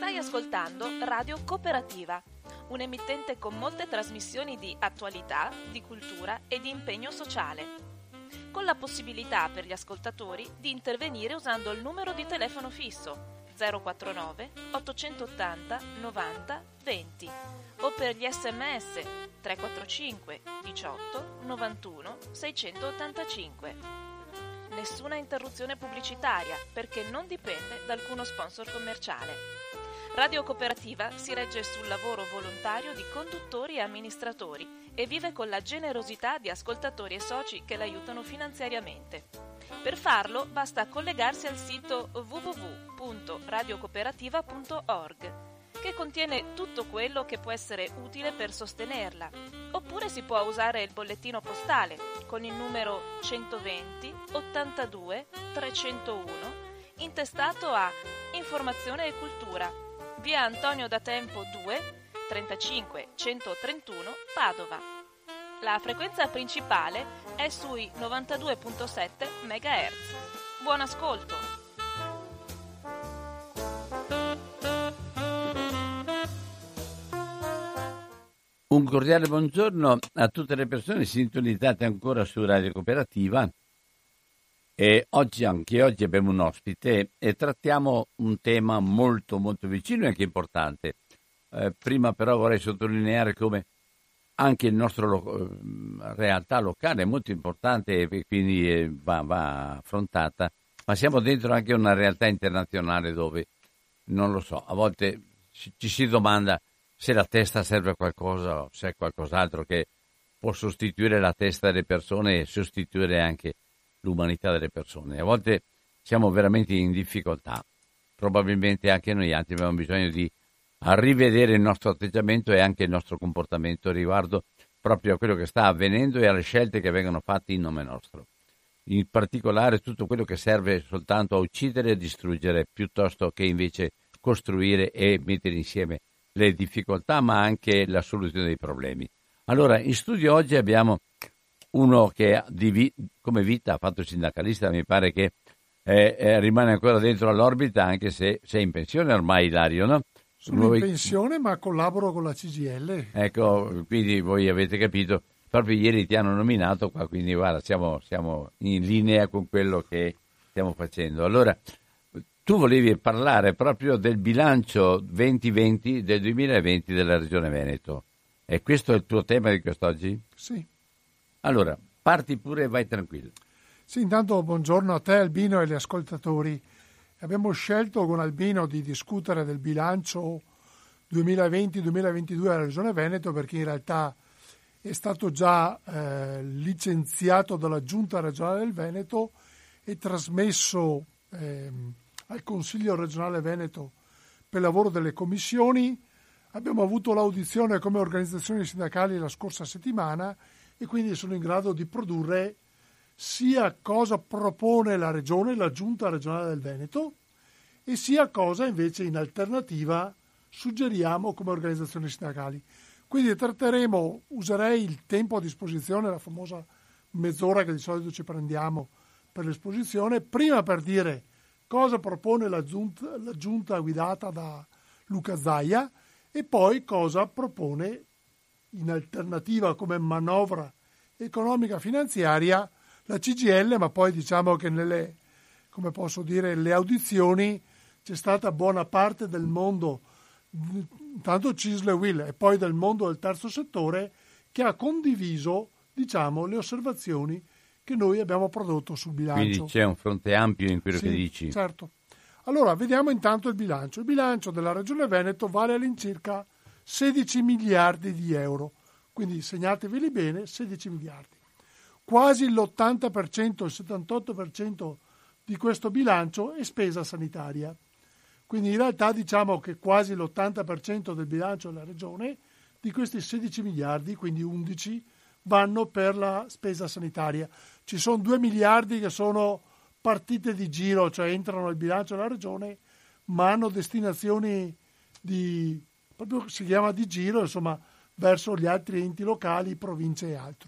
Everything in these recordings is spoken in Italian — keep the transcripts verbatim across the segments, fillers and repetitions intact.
Stai ascoltando Radio Cooperativa, un emittente con molte trasmissioni di attualità, di cultura e di impegno sociale, con la possibilità per gli ascoltatori di intervenire usando il numero di telefono fisso zero quattro nove ottocentottanta novanta venti o per gli sms tre quattro cinque diciotto novantuno seicentottantacinque. Nessuna interruzione pubblicitaria perché non dipende da alcuno sponsor commerciale. Radio Cooperativa si regge sul lavoro volontario di conduttori e amministratori e vive con la generosità di ascoltatori e soci che l'aiutano finanziariamente. Per farlo basta collegarsi al sito w w w punto radiocooperativa punto org, che contiene tutto quello che può essere utile per sostenerla, oppure si può usare il bollettino postale con il numero centoventi ottantadue trecentouno intestato a Informazione e Cultura, via Antonio da Tempo due, trentacinque centotrentuno Padova. La frequenza principale è sui novantadue virgola sette megahertz. Buon ascolto! Un cordiale buongiorno a tutte le persone sintonizzate ancora su Radio Cooperativa. E oggi, anche oggi, abbiamo un ospite e trattiamo un tema molto molto vicino e anche importante. Eh, prima però vorrei sottolineare come anche il nostro lo- realtà locale è molto importante e quindi eh, va, va affrontata, ma siamo dentro anche una realtà internazionale dove, non lo so, a volte ci, ci si domanda se la testa serve a qualcosa o se è qualcos'altro che può sostituire la testa delle persone e sostituire anche l'umanità delle persone. A volte siamo veramente in difficoltà, probabilmente anche noi altri abbiamo bisogno di a rivedere il nostro atteggiamento e anche il nostro comportamento riguardo proprio a quello che sta avvenendo e alle scelte che vengono fatte in nome nostro. In particolare tutto quello che serve soltanto a uccidere e a distruggere, piuttosto che invece costruire e mettere insieme le difficoltà, ma anche la soluzione dei problemi. Allora, in studio oggi abbiamo uno che di vi- come vita ha fatto il sindacalista, mi pare che eh, eh, rimane ancora dentro all'orbita, anche se sei in pensione ormai, Ilario, no? Sono Voi... in pensione, ma collaboro con la C G I L. Ecco, quindi voi avete capito, proprio ieri ti hanno nominato qua, quindi guarda, siamo, siamo in linea con quello che stiamo facendo. Allora, tu volevi parlare proprio del bilancio duemilaventi del duemilaventi della Regione Veneto. E questo è il tuo tema di quest'oggi? Sì. Allora, parti pure e vai tranquillo. Sì, intanto buongiorno a te Albino e agli ascoltatori. Abbiamo scelto con Albino di discutere del bilancio duemilaventi duemilaventidue della Regione Veneto perché in realtà è stato già eh, licenziato dalla Giunta regionale del Veneto e trasmesso eh, al Consiglio regionale Veneto per lavoro delle commissioni. Abbiamo avuto l'audizione come organizzazioni sindacali la scorsa settimana e quindi sono in grado di produrre sia cosa propone la Regione, la Giunta regionale del Veneto, e sia cosa invece in alternativa suggeriamo come organizzazioni sindacali. Quindi tratteremo, userei il tempo a disposizione, la famosa mezz'ora che di solito ci prendiamo per l'esposizione, prima per dire cosa propone la Giunta, la giunta guidata da Luca Zaia e poi cosa propone in alternativa come manovra economica finanziaria la C G I L, ma poi diciamo che nelle, come posso dire, le audizioni c'è stata buona parte del mondo, tanto C I S L e U I L e poi del mondo del terzo settore, che ha condiviso, diciamo, le osservazioni che noi abbiamo prodotto sul bilancio. Quindi c'è un fronte ampio in quello sì, che dici. Certo. Allora, vediamo intanto il bilancio. Il bilancio della Regione Veneto vale all'incirca sedici miliardi di euro, quindi segnateveli bene, sedici miliardi. Quasi l'ottanta per cento, il settantotto per cento di questo bilancio è spesa sanitaria. Quindi in realtà diciamo che quasi l'ottanta per cento del bilancio della Regione, di questi sedici miliardi, quindi undici, vanno per la spesa sanitaria. Ci sono due miliardi che sono partite di giro, cioè entrano nel bilancio della Regione, ma hanno destinazioni di, proprio si chiama di giro, insomma, verso gli altri enti locali, province e altro.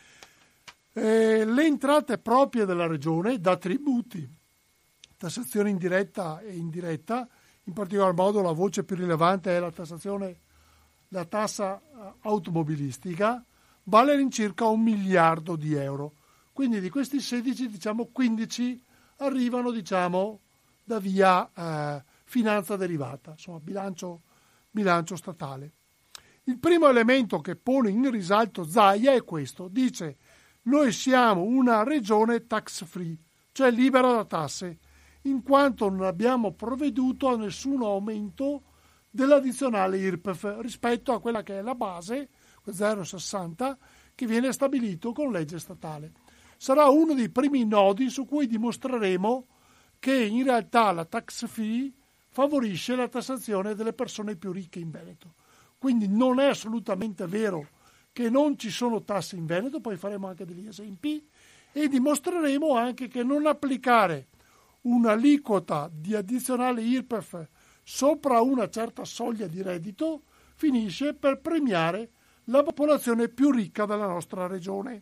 Eh, le entrate proprie della Regione da tributi, tassazione indiretta e indiretta, in particolar modo la voce più rilevante è la tassazione, la tassa automobilistica, vale all'incirca un miliardo di euro. Quindi di questi sedici, diciamo quindici arrivano, diciamo, da via eh, finanza derivata, insomma bilancio, bilancio statale. Il primo elemento che pone in risalto Zaia è questo, dice: noi siamo una regione tax free, cioè libera da tasse, in quanto non abbiamo provveduto a nessun aumento dell'addizionale I R P E F rispetto a quella che è la base, zero virgola sessanta, che viene stabilito con legge statale. Sarà uno dei primi nodi su cui dimostreremo che in realtà la tax free favorisce la tassazione delle persone più ricche in Veneto. Quindi non è assolutamente vero che non ci sono tasse in Veneto, poi faremo anche degli esempi, e dimostreremo anche che non applicare un'aliquota di addizionale I R P E F sopra una certa soglia di reddito finisce per premiare la popolazione più ricca della nostra regione.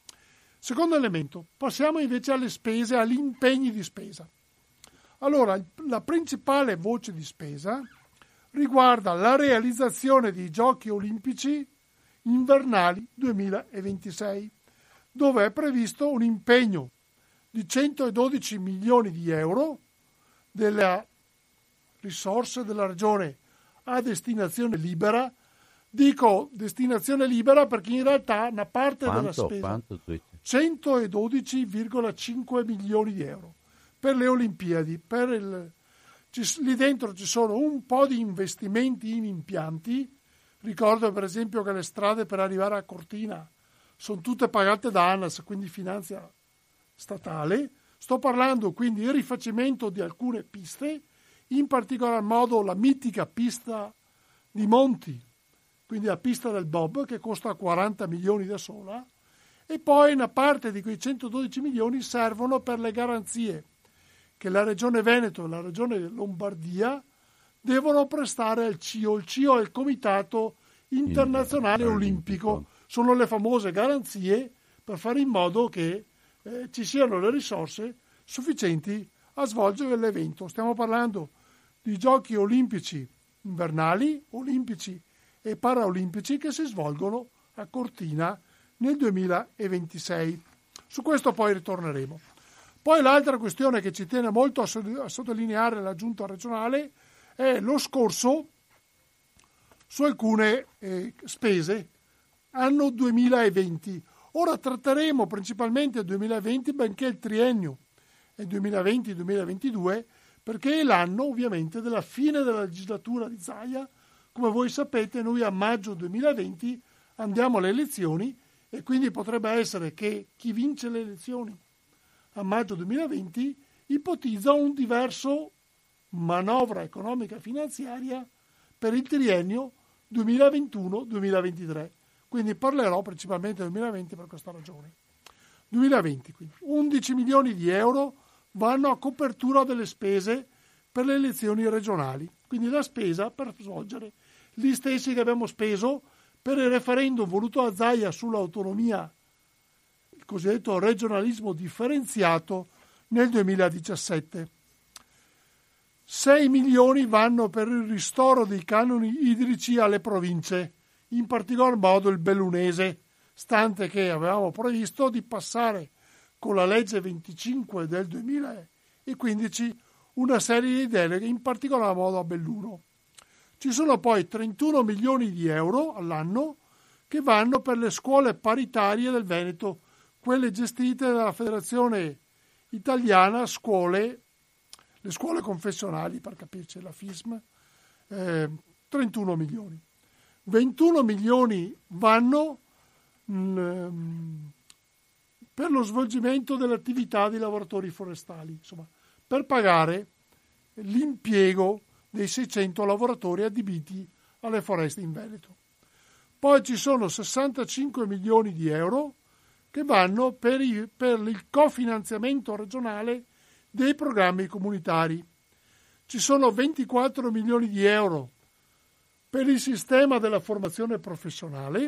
Secondo elemento, passiamo invece alle spese, agli impegni di spesa. Allora, la principale voce di spesa riguarda la realizzazione dei Giochi Olimpici invernali duemilaventisei, dove è previsto un impegno di centododici milioni di euro delle risorse della regione a destinazione libera. Dico destinazione libera perché in realtà una parte quanto, della spesa, quanto centododici virgola cinque milioni di euro per le Olimpiadi. Per il, ci, lì dentro ci sono un po' di investimenti in impianti. Ricordo per esempio che le strade per arrivare a Cortina sono tutte pagate da ANAS, quindi finanza statale. Sto parlando quindi del rifacimento di alcune piste, in particolar modo la mitica pista di Monti, quindi la pista del Bob, che costa quaranta milioni da sola, e poi una parte di quei centododici milioni servono per le garanzie che la Regione Veneto e la Regione Lombardia devono prestare al C I O. Il C I O è il Comitato Internazionale Olimpico. Sono le famose garanzie per fare in modo che eh, ci siano le risorse sufficienti a svolgere l'evento. Stiamo parlando di Giochi Olimpici invernali, olimpici e paraolimpici che si svolgono a Cortina nel duemilaventisei. Su questo poi ritorneremo. Poi l'altra questione che ci tiene molto a sottolineare la Giunta regionale è lo scorso su alcune eh, spese anno duemilaventi. Ora tratteremo principalmente il duemilaventi, benché il triennio è duemilaventi duemilaventidue, perché è l'anno ovviamente della fine della legislatura di Zaia. Come voi sapete, noi a maggio duemilaventi andiamo alle elezioni e quindi potrebbe essere che chi vince le elezioni a maggio duemilaventi ipotizza un diverso manovra economica e finanziaria per il triennio duemilaventuno duemilaventitré. Quindi parlerò principalmente del duemilaventi per questa ragione. duemilaventi, quindi undici milioni di euro vanno a copertura delle spese per le elezioni regionali, quindi la spesa per svolgere gli stessi che abbiamo speso per il referendum voluto a Zaia sull'autonomia, il cosiddetto regionalismo differenziato nel duemiladiciassette. sei milioni vanno per il ristoro dei canoni idrici alle province, in particolar modo il bellunese, stante che avevamo previsto di passare con la legge venticinque del duemilaquindici una serie di deleghe, in particolar modo a Belluno. Ci sono poi trentuno milioni di euro all'anno che vanno per le scuole paritarie del Veneto, quelle gestite dalla Federazione Italiana Scuole, le scuole confessionali, per capirci, la F I S M, eh, trentuno milioni. ventuno milioni vanno mh, per lo svolgimento delle attività dei lavoratori forestali, insomma, per pagare l'impiego dei seicento lavoratori adibiti alle foreste in Veneto. Poi ci sono sessantacinque milioni di euro che vanno per, i, per il cofinanziamento regionale dei programmi comunitari. Ci sono ventiquattro milioni di euro per il sistema della formazione professionale,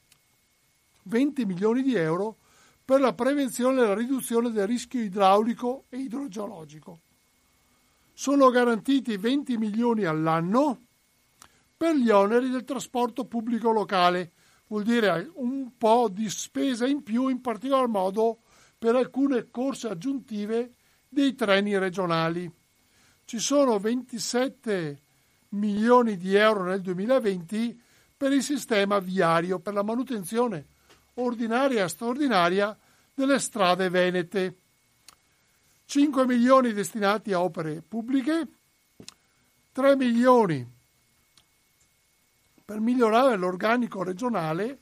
venti milioni di euro per la prevenzione e la riduzione del rischio idraulico e idrogeologico. sono garantiti venti milioni all'anno per gli oneri del trasporto pubblico locale, vuol dire un po' di spesa in più, in particolar modo per alcune corse aggiuntive dei treni regionali. Ci sono ventisette milioni di euro nel duemilaventi per il sistema viario, per la manutenzione ordinaria e straordinaria delle strade venete. cinque milioni destinati a opere pubbliche, tre milioni per migliorare l'organico regionale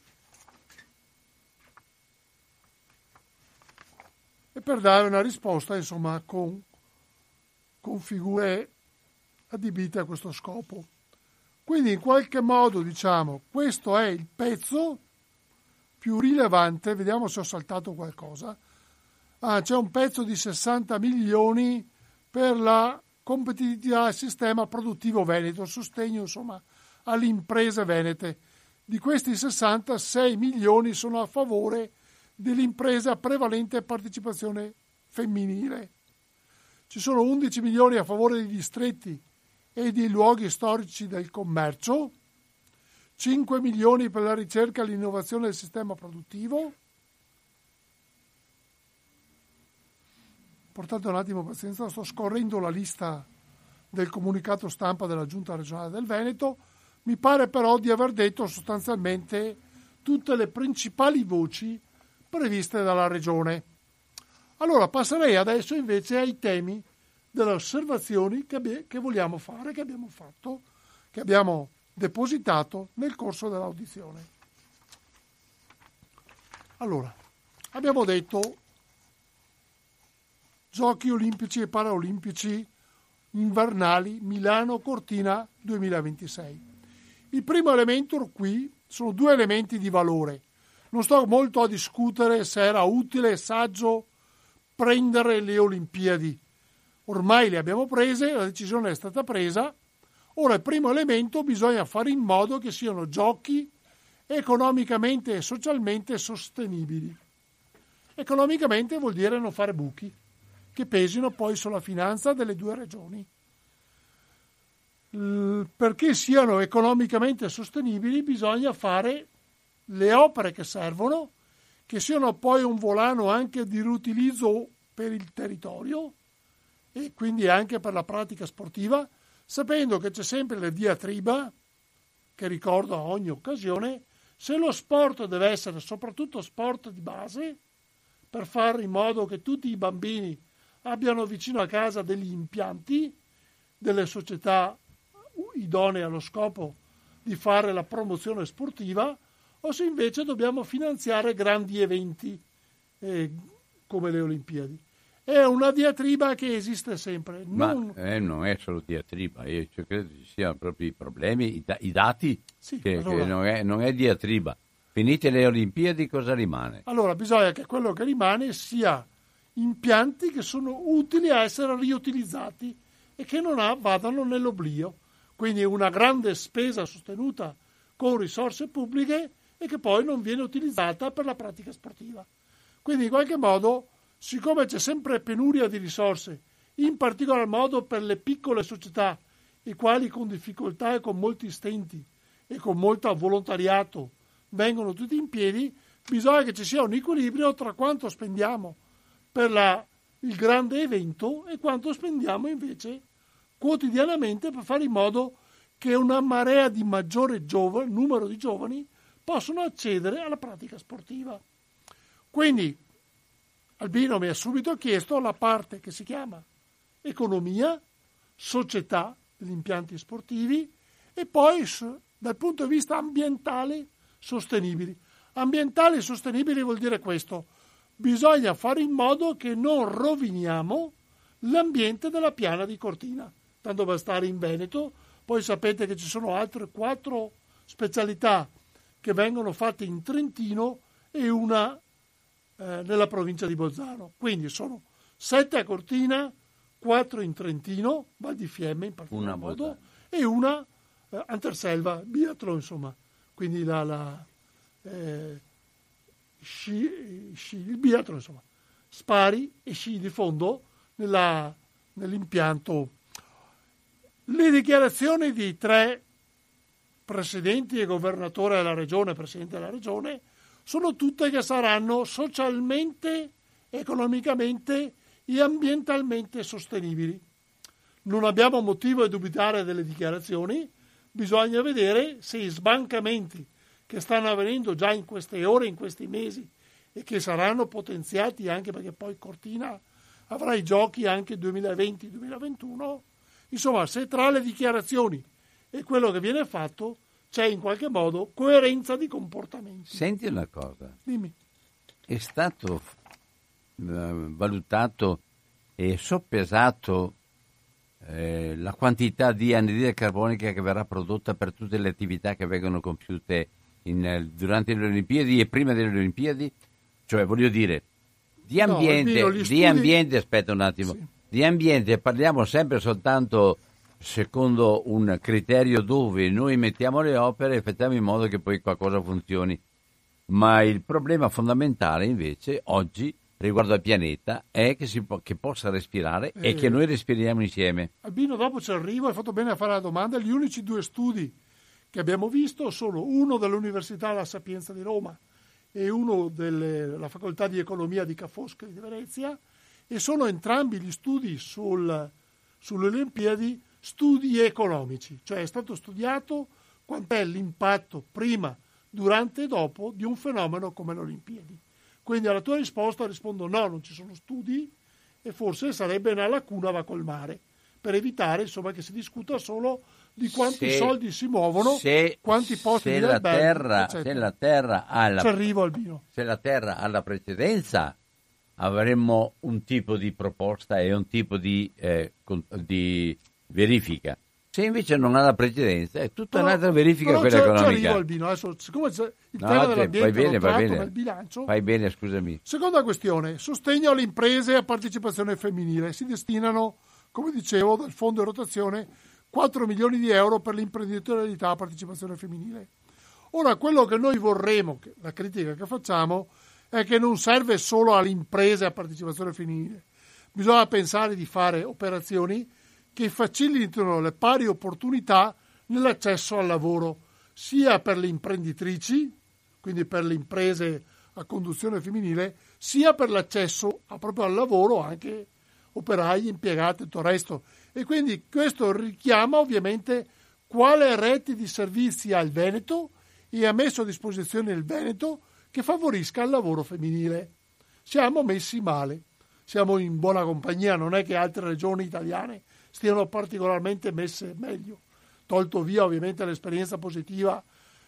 e per dare una risposta, insomma, con, con figure adibite a questo scopo. Quindi in qualche modo, diciamo, questo è il pezzo più rilevante. Vediamo se ho saltato qualcosa. Ah, c'è un pezzo di sessanta milioni per la competitività del sistema produttivo veneto, sostegno, insomma, alle imprese venete. Di questi sessanta, sei milioni sono a favore dell'impresa a prevalente partecipazione femminile. Ci sono undici milioni a favore dei distretti e dei luoghi storici del commercio, cinque milioni per la ricerca e l'innovazione del sistema produttivo. Portate un attimo pazienza, sto scorrendo la lista del comunicato stampa della Giunta regionale del Veneto. Mi pare però di aver detto sostanzialmente tutte le principali voci previste dalla Regione. Allora passerei adesso invece ai temi delle osservazioni che, abbi- che vogliamo fare, che abbiamo fatto, che abbiamo depositato nel corso dell'audizione. Allora, abbiamo detto Giochi olimpici e paraolimpici invernali Milano-Cortina duemilaventisei. Il primo elemento qui sono due elementi di valore. Non sto molto a discutere se era utile e saggio prendere le Olimpiadi. Ormai le abbiamo prese, la decisione è stata presa. Ora il primo elemento, bisogna fare in modo che siano giochi economicamente e socialmente sostenibili. Economicamente vuol dire non fare buchi che pesino poi sulla finanza delle due regioni. Perché siano economicamente sostenibili bisogna fare le opere che servono, che siano poi un volano anche di riutilizzo per il territorio e quindi anche per la pratica sportiva, sapendo che c'è sempre la diatriba, che ricordo a ogni occasione, se lo sport deve essere soprattutto sport di base, per fare in modo che tutti i bambini abbiano vicino a casa degli impianti, delle società idonee allo scopo di fare la promozione sportiva, o se invece dobbiamo finanziare grandi eventi eh, come le Olimpiadi. È una diatriba che esiste sempre. Non... Ma eh, non è solo diatriba, io credo ci siano proprio i problemi, i, da- i dati, sì, che, allora... che non, è, non è diatriba. Finite le Olimpiadi cosa rimane? Allora bisogna che quello che rimane sia impianti che sono utili a essere riutilizzati e che non ha, vadano nell'oblio. Quindi una grande spesa sostenuta con risorse pubbliche e che poi non viene utilizzata per la pratica sportiva. Quindi in qualche modo, siccome c'è sempre penuria di risorse, in particolar modo per le piccole società, i quali con difficoltà e con molti stenti e con molto volontariato vengono tutti in piedi, bisogna che ci sia un equilibrio tra quanto spendiamo per la, il grande evento e quanto spendiamo invece quotidianamente per fare in modo che una marea di maggiore giovane, numero di giovani possono accedere alla pratica sportiva. Quindi Albino mi ha subito chiesto la parte che si chiama economia, società degli impianti sportivi e poi dal punto di vista ambientale sostenibili. Ambientali e sostenibili vuol dire questo: bisogna fare in modo che non roviniamo l'ambiente della piana di Cortina. Tanto per stare in Veneto, poi sapete che ci sono altre quattro specialità che vengono fatte in Trentino e una eh, nella provincia di Bolzano. Quindi sono sette a Cortina, quattro in Trentino, Val di Fiemme in particolar modo, e una eh, Anterselva, biathlon insomma. Quindi la, la eh, sci, sci, il biathlon insomma, spari e sci di fondo nella, nell'impianto Le dichiarazioni di tre presidenti e governatore della regione, presidente della regione, sono tutte che saranno socialmente, economicamente e ambientalmente sostenibili. Non abbiamo motivo di dubitare delle dichiarazioni, bisogna vedere se i sbancamenti che stanno avvenendo già in queste ore, in questi mesi, e che saranno potenziati anche perché poi Cortina avrà i giochi anche duemilaventi duemilaventuno, insomma, se tra le dichiarazioni e quello che viene fatto c'è in qualche modo coerenza di comportamenti. Senti una cosa. Dimmi. È stato eh, valutato e soppesato eh, la quantità di anidride carbonica che verrà prodotta per tutte le attività che vengono compiute in, durante le Olimpiadi e prima delle Olimpiadi? Cioè, voglio dire, di ambiente, no, di studi... ambiente, aspetta un attimo, sì. Di ambiente parliamo sempre soltanto secondo un criterio dove noi mettiamo le opere e facciamo in modo che poi qualcosa funzioni. Ma il problema fondamentale invece oggi riguardo al pianeta è che, si po- che possa respirare eh, e che noi respiriamo insieme. Albino, dopo ci arrivo, hai fatto bene a fare la domanda. Gli unici due studi che abbiamo visto sono uno dell'Università La Sapienza di Roma e uno della Facoltà di Economia di Ca' Foscari di Venezia, e sono entrambi gli studi sul, sulle Olimpiadi studi economici, cioè è stato studiato quant'è l'impatto prima, durante e dopo di un fenomeno come le Olimpiadi. Quindi alla tua risposta rispondo no, non ci sono studi e forse sarebbe una lacuna da colmare per evitare insomma che si discuta solo di quanti se, soldi si muovono, se, quanti posti se di la albergo, terra, eccetera. se la terra ha la, ci arrivo Albino. Se la terra ha la precedenza avremmo un tipo di proposta e un tipo di, eh, di verifica. Se invece non ha la precedenza è tutta però, un'altra verifica quella c'è, economica. Ci arrivo Albino, adesso siccome il no, tema te, dell'ambiente bene, è tratto bene. nel bilancio. Fai bene, scusami. Seconda questione, sostegno alle imprese a partecipazione femminile. Si destinano, come dicevo, dal fondo di rotazione quattro milioni di euro per l'imprenditorialità a partecipazione femminile. Ora, quello che noi vorremmo, che, la critica che facciamo, è che non serve solo alle imprese a partecipazione femminile. Bisogna pensare di fare operazioni che facilitino le pari opportunità nell'accesso al lavoro, sia per le imprenditrici, quindi per le imprese a conduzione femminile, sia per l'accesso a, proprio al lavoro anche operai, impiegati e tutto il resto. E quindi questo richiama ovviamente quale rete di servizi ha il Veneto e ha messo a disposizione il Veneto che favorisca il lavoro femminile. Siamo messi male, siamo in buona compagnia, non è che altre regioni italiane stiano particolarmente messe meglio, tolto via ovviamente l'esperienza positiva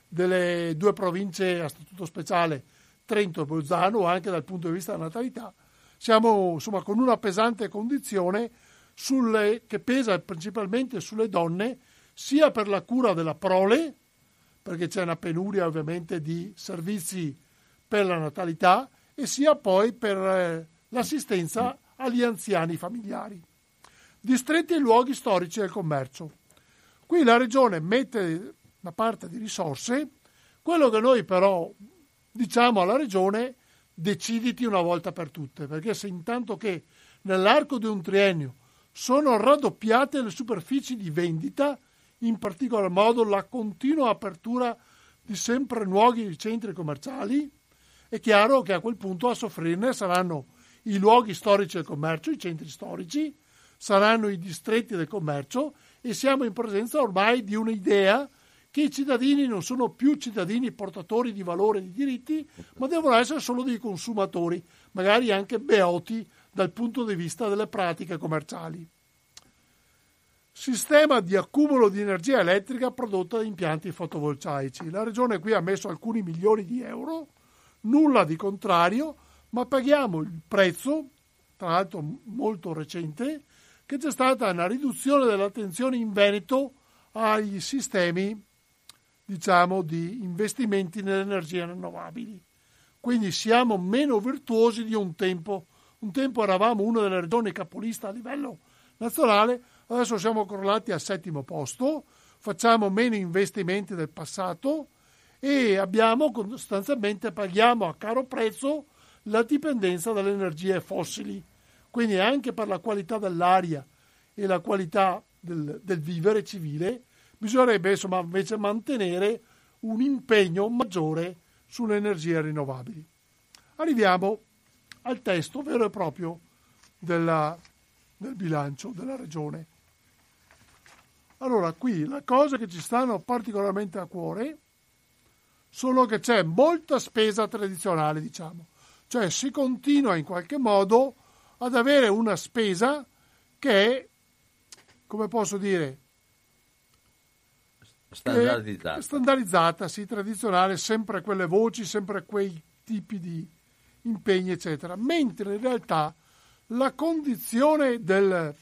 delle due province a statuto speciale, Trento e Bolzano, anche dal punto di vista della natalità. Siamo insomma con una pesante condizione sulle, che pesa principalmente sulle donne, sia per la cura della prole, perché c'è una penuria ovviamente di servizi per la natalità, e sia poi per eh, l'assistenza agli anziani familiari. Distretti e luoghi storici del commercio. Qui la Regione mette una parte di risorse, quello che noi però diciamo alla Regione: deciditi una volta per tutte, perché se intanto che nell'arco di un triennio sono raddoppiate le superfici di vendita, in particolar modo la continua apertura di sempre nuovi centri commerciali, è chiaro che a quel punto a soffrirne saranno i luoghi storici del commercio, i centri storici, saranno i distretti del commercio, e siamo in presenza ormai di un'idea che i cittadini non sono più cittadini portatori di valori e di diritti, ma devono essere solo dei consumatori, magari anche beoti dal punto di vista delle pratiche commerciali. Sistema di accumulo di energia elettrica prodotta da impianti fotovoltaici. La Regione qui ha messo alcuni milioni di euro, nulla di contrario, ma paghiamo il prezzo, tra l'altro molto recente, che c'è stata una riduzione dell'attenzione in Veneto ai sistemi, diciamo, di investimenti nelle energie rinnovabili. Quindi siamo meno virtuosi di un tempo. Un tempo eravamo una delle regioni capolista a livello nazionale, adesso siamo crollati al settimo posto, facciamo meno investimenti del passato e abbiamo sostanzialmente paghiamo a caro prezzo la dipendenza dalle energie fossili. Quindi anche per la qualità dell'aria e la qualità del, del vivere civile, bisognerebbe insomma invece mantenere un impegno maggiore sulle energie rinnovabili. Arriviamo al testo vero e proprio della, del bilancio della regione. Allora, qui le cose che ci stanno particolarmente a cuore sono che c'è molta spesa tradizionale, diciamo. Cioè si continua in qualche modo ad avere una spesa che è, come posso dire, standardizzata, standardizzata, sì, tradizionale, sempre quelle voci, sempre quei tipi di impegni, eccetera. Mentre in realtà la condizione del,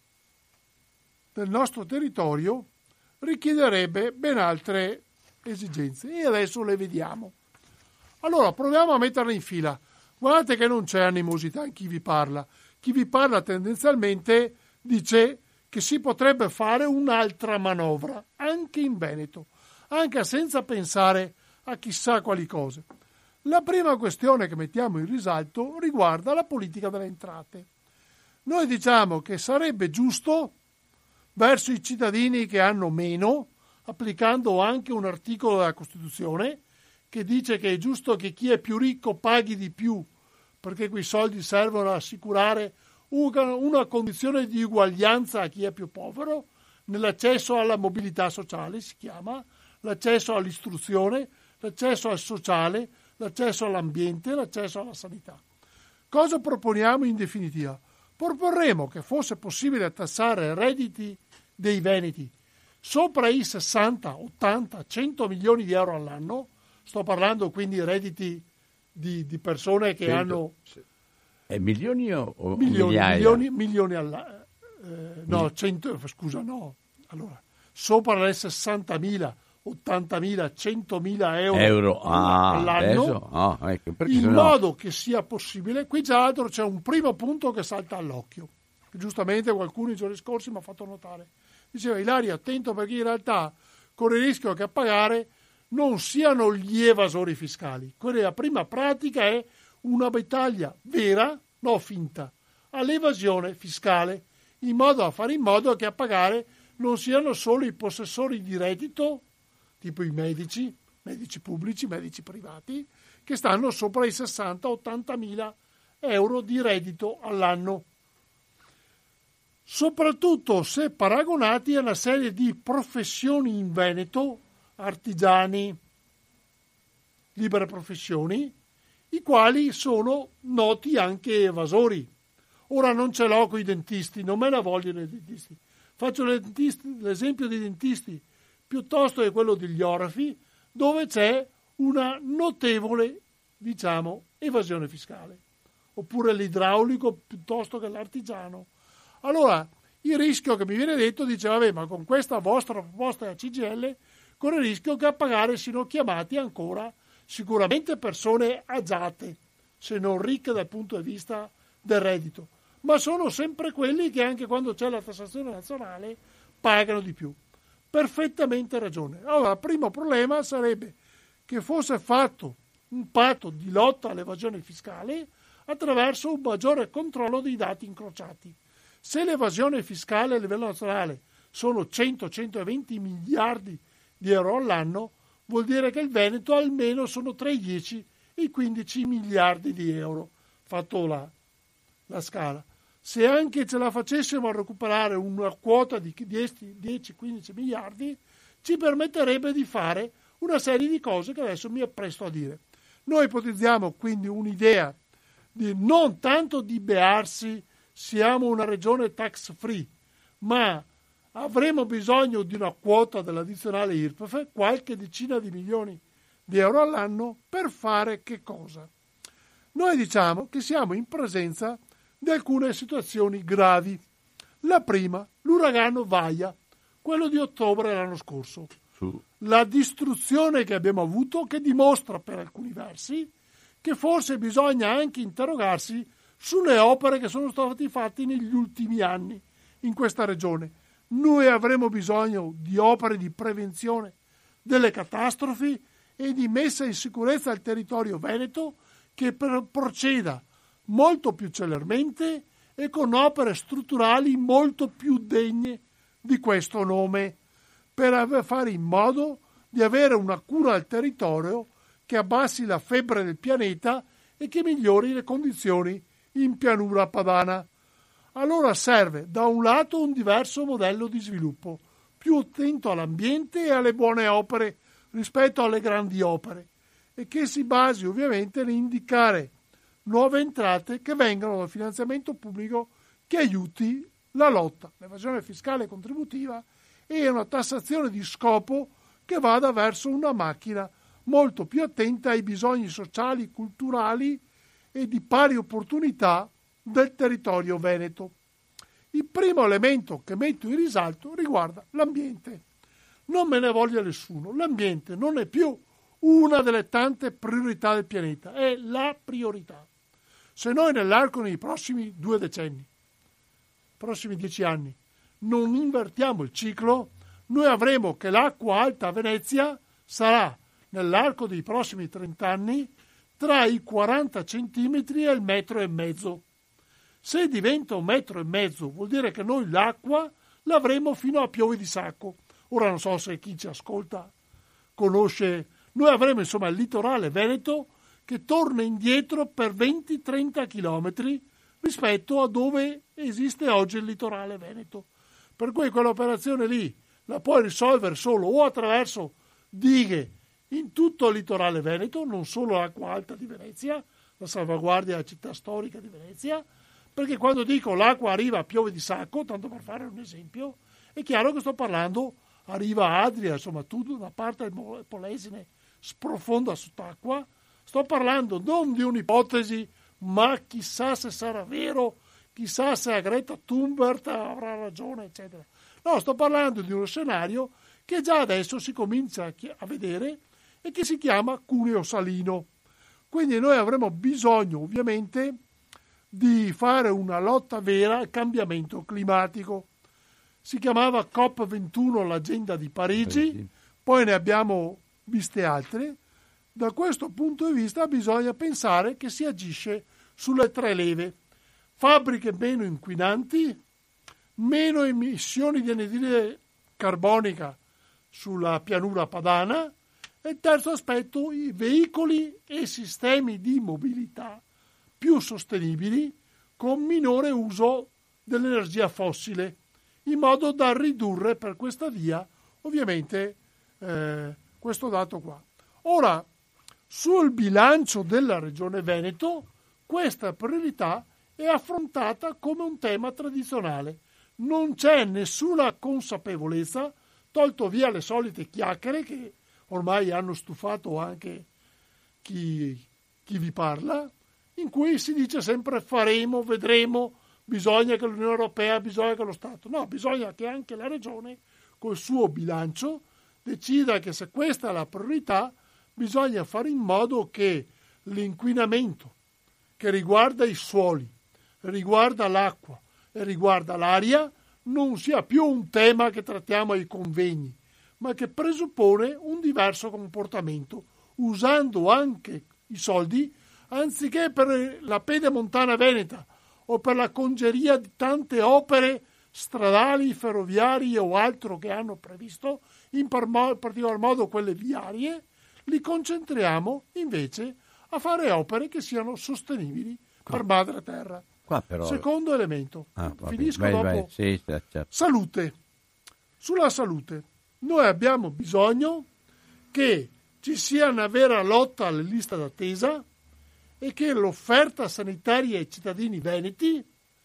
del nostro territorio richiederebbe ben altre esigenze e adesso le vediamo. Allora, proviamo a metterle in fila. Guardate che non c'è animosità in chi vi parla. Chi vi parla tendenzialmente dice che si potrebbe fare un'altra manovra, anche in Veneto, anche senza pensare a chissà quali cose. La prima questione che mettiamo in risalto riguarda la politica delle entrate. Noi diciamo che sarebbe giusto verso i cittadini che hanno meno, applicando anche un articolo della Costituzione che dice che è giusto che chi è più ricco paghi di più, perché quei soldi servono ad assicurare una, una condizione di uguaglianza a chi è più povero, nell'accesso alla mobilità sociale, si chiama, l'accesso all'istruzione, l'accesso al sociale, l'accesso all'ambiente, l'accesso alla sanità. Cosa proponiamo in definitiva? Proporremo che fosse possibile tassare redditi dei veneti sopra i sessanta, ottanta, cento milioni di euro all'anno. Sto parlando quindi redditi di, di persone che cento, hanno... È milioni o, o milioni, migliaia? Milioni, milioni all'anno. Eh, no, cento, scusa, no. Allora, sopra le sessantamila, ottantamila, centomila euro, euro. Ah, all'anno, ah, ecco, in no? modo che sia possibile. Qui tra l'altro c'è un primo punto che salta all'occhio, che giustamente qualcuno i giorni scorsi mi ha fatto notare. Diceva: Ilaria, attento, perché in realtà corre il rischio che a pagare non siano gli evasori fiscali. Quella la prima pratica è una battaglia vera, no finta, all'evasione fiscale, in modo a fare in modo che a pagare non siano solo i possessori di reddito, tipo i medici, medici pubblici, medici privati, che stanno sopra i sessanta ottanta mila euro di reddito all'anno. Soprattutto se paragonati a una serie di professioni in Veneto, artigiani, libere professioni, i quali sono noti anche evasori. Ora non ce l'ho con i dentisti, non me la vogliono i dentisti. Faccio l'esempio dei dentisti piuttosto che quello degli orafi, dove c'è una notevole, diciamo, evasione fiscale. Oppure l'idraulico piuttosto che l'artigiano. Allora, il rischio che mi viene detto, dice, vabbè, ma con questa vostra proposta della C G I L corre il rischio che a pagare siano chiamati ancora sicuramente persone agiate, se non ricche dal punto di vista del reddito, ma sono sempre quelli che anche quando c'è la tassazione nazionale pagano di più. Perfettamente ragione. Allora, il primo problema sarebbe che fosse fatto un patto di lotta all'evasione fiscale attraverso un maggiore controllo dei dati incrociati. Se l'evasione fiscale a livello nazionale sono cento centoventi miliardi di euro all'anno, vuol dire che il Veneto almeno sono tra i dieci e i quindici miliardi di euro, fatto la, la scala. Se anche ce la facessimo a recuperare una quota di dieci quindici miliardi, ci permetterebbe di fare una serie di cose che adesso mi appresto a dire. Noi ipotizziamo quindi un'idea di non tanto di bearsi siamo una regione tax free, ma avremo bisogno di una quota dell'addizionale I R P E F, qualche decina di milioni di euro all'anno, per fare che cosa? Noi diciamo che siamo in presenza di alcune situazioni gravi. La prima, l'uragano Vaia, quello di ottobre dell'anno scorso. Su. La distruzione che abbiamo avuto, che dimostra per alcuni versi che forse bisogna anche interrogarsi sulle opere che sono state fatte negli ultimi anni in questa regione. Noi avremo bisogno di opere di prevenzione delle catastrofi e di messa in sicurezza del territorio veneto che proceda molto più celermente e con opere strutturali molto più degne di questo nome, per fare in modo di avere una cura al territorio che abbassi la febbre del pianeta e che migliori le condizioni in pianura padana. Allora serve da un lato un diverso modello di sviluppo, più attento all'ambiente e alle buone opere rispetto alle grandi opere, e che si basi ovviamente nell'indicare nuove entrate che vengano dal finanziamento pubblico che aiuti la lotta all'evasione fiscale e contributiva e una tassazione di scopo che vada verso una macchina molto più attenta ai bisogni sociali, culturali e di pari opportunità del territorio veneto. Il primo elemento che metto in risalto riguarda l'ambiente. Non me ne voglia nessuno, l'ambiente non è più una delle tante priorità del pianeta, è la priorità. Se noi nell'arco dei prossimi due decenni, prossimi dieci anni, non invertiamo il ciclo, noi avremo che l'acqua alta a Venezia sarà nell'arco dei prossimi trenta anni tra i quaranta centimetri e il metro e mezzo. Se diventa un metro e mezzo vuol dire che noi l'acqua l'avremo fino a Piove di Sacco. Ora non so se chi ci ascolta conosce, noi avremo insomma il litorale veneto che torna indietro per venti trenta chilometri rispetto a dove esiste oggi il litorale veneto. Per cui quell'operazione lì la puoi risolvere solo o attraverso dighe in tutto il litorale veneto, non solo l'acqua alta di Venezia, la salvaguardia della città storica di Venezia, perché quando dico l'acqua arriva a Piove di Sacco, tanto per fare un esempio, è chiaro che sto parlando a riva Adria, insomma tutta una parte del Polesine sprofonda sott'acqua. Sto parlando non di un'ipotesi, ma chissà se sarà vero, chissà se Greta Thunberg avrà ragione, eccetera. No, sto parlando di uno scenario che già adesso si comincia a vedere e che si chiama cuneo salino. Quindi noi avremo bisogno ovviamente di fare una lotta vera al cambiamento climatico. Si chiamava COP ventuno l'agenda di Parigi, Parigi, poi ne abbiamo viste altre. Da questo punto di vista bisogna pensare che si agisce sulle tre leve: fabbriche meno inquinanti, meno emissioni di anidride carbonica sulla pianura padana e il terzo aspetto, i veicoli e sistemi di mobilità più sostenibili con minore uso dell'energia fossile, in modo da ridurre per questa via ovviamente eh, questo dato qua. Ora, sul bilancio della Regione Veneto questa priorità è affrontata come un tema tradizionale. Non c'è nessuna consapevolezza, tolto via le solite chiacchiere che ormai hanno stufato anche chi, chi vi parla, in cui si dice sempre faremo, vedremo, bisogna che l'Unione Europea, bisogna che lo Stato. No, bisogna che anche la Regione, col suo bilancio, decida che se questa è la priorità, bisogna fare in modo che l'inquinamento che riguarda i suoli, riguarda l'acqua e riguarda l'aria non sia più un tema che trattiamo ai convegni, ma che presuppone un diverso comportamento, usando anche i soldi, anziché per la pedemontana veneta o per la congeria di tante opere stradali, ferroviarie o altro che hanno previsto, in particolar modo quelle viarie, li concentriamo invece a fare opere che siano sostenibili qua, per madre terra. Qua però... Secondo elemento, ah, finisco vai, dopo. Vai. Sì, certo. Salute. Sulla salute, noi abbiamo bisogno che ci sia una vera lotta alle liste d'attesa e che l'offerta sanitaria ai cittadini veneti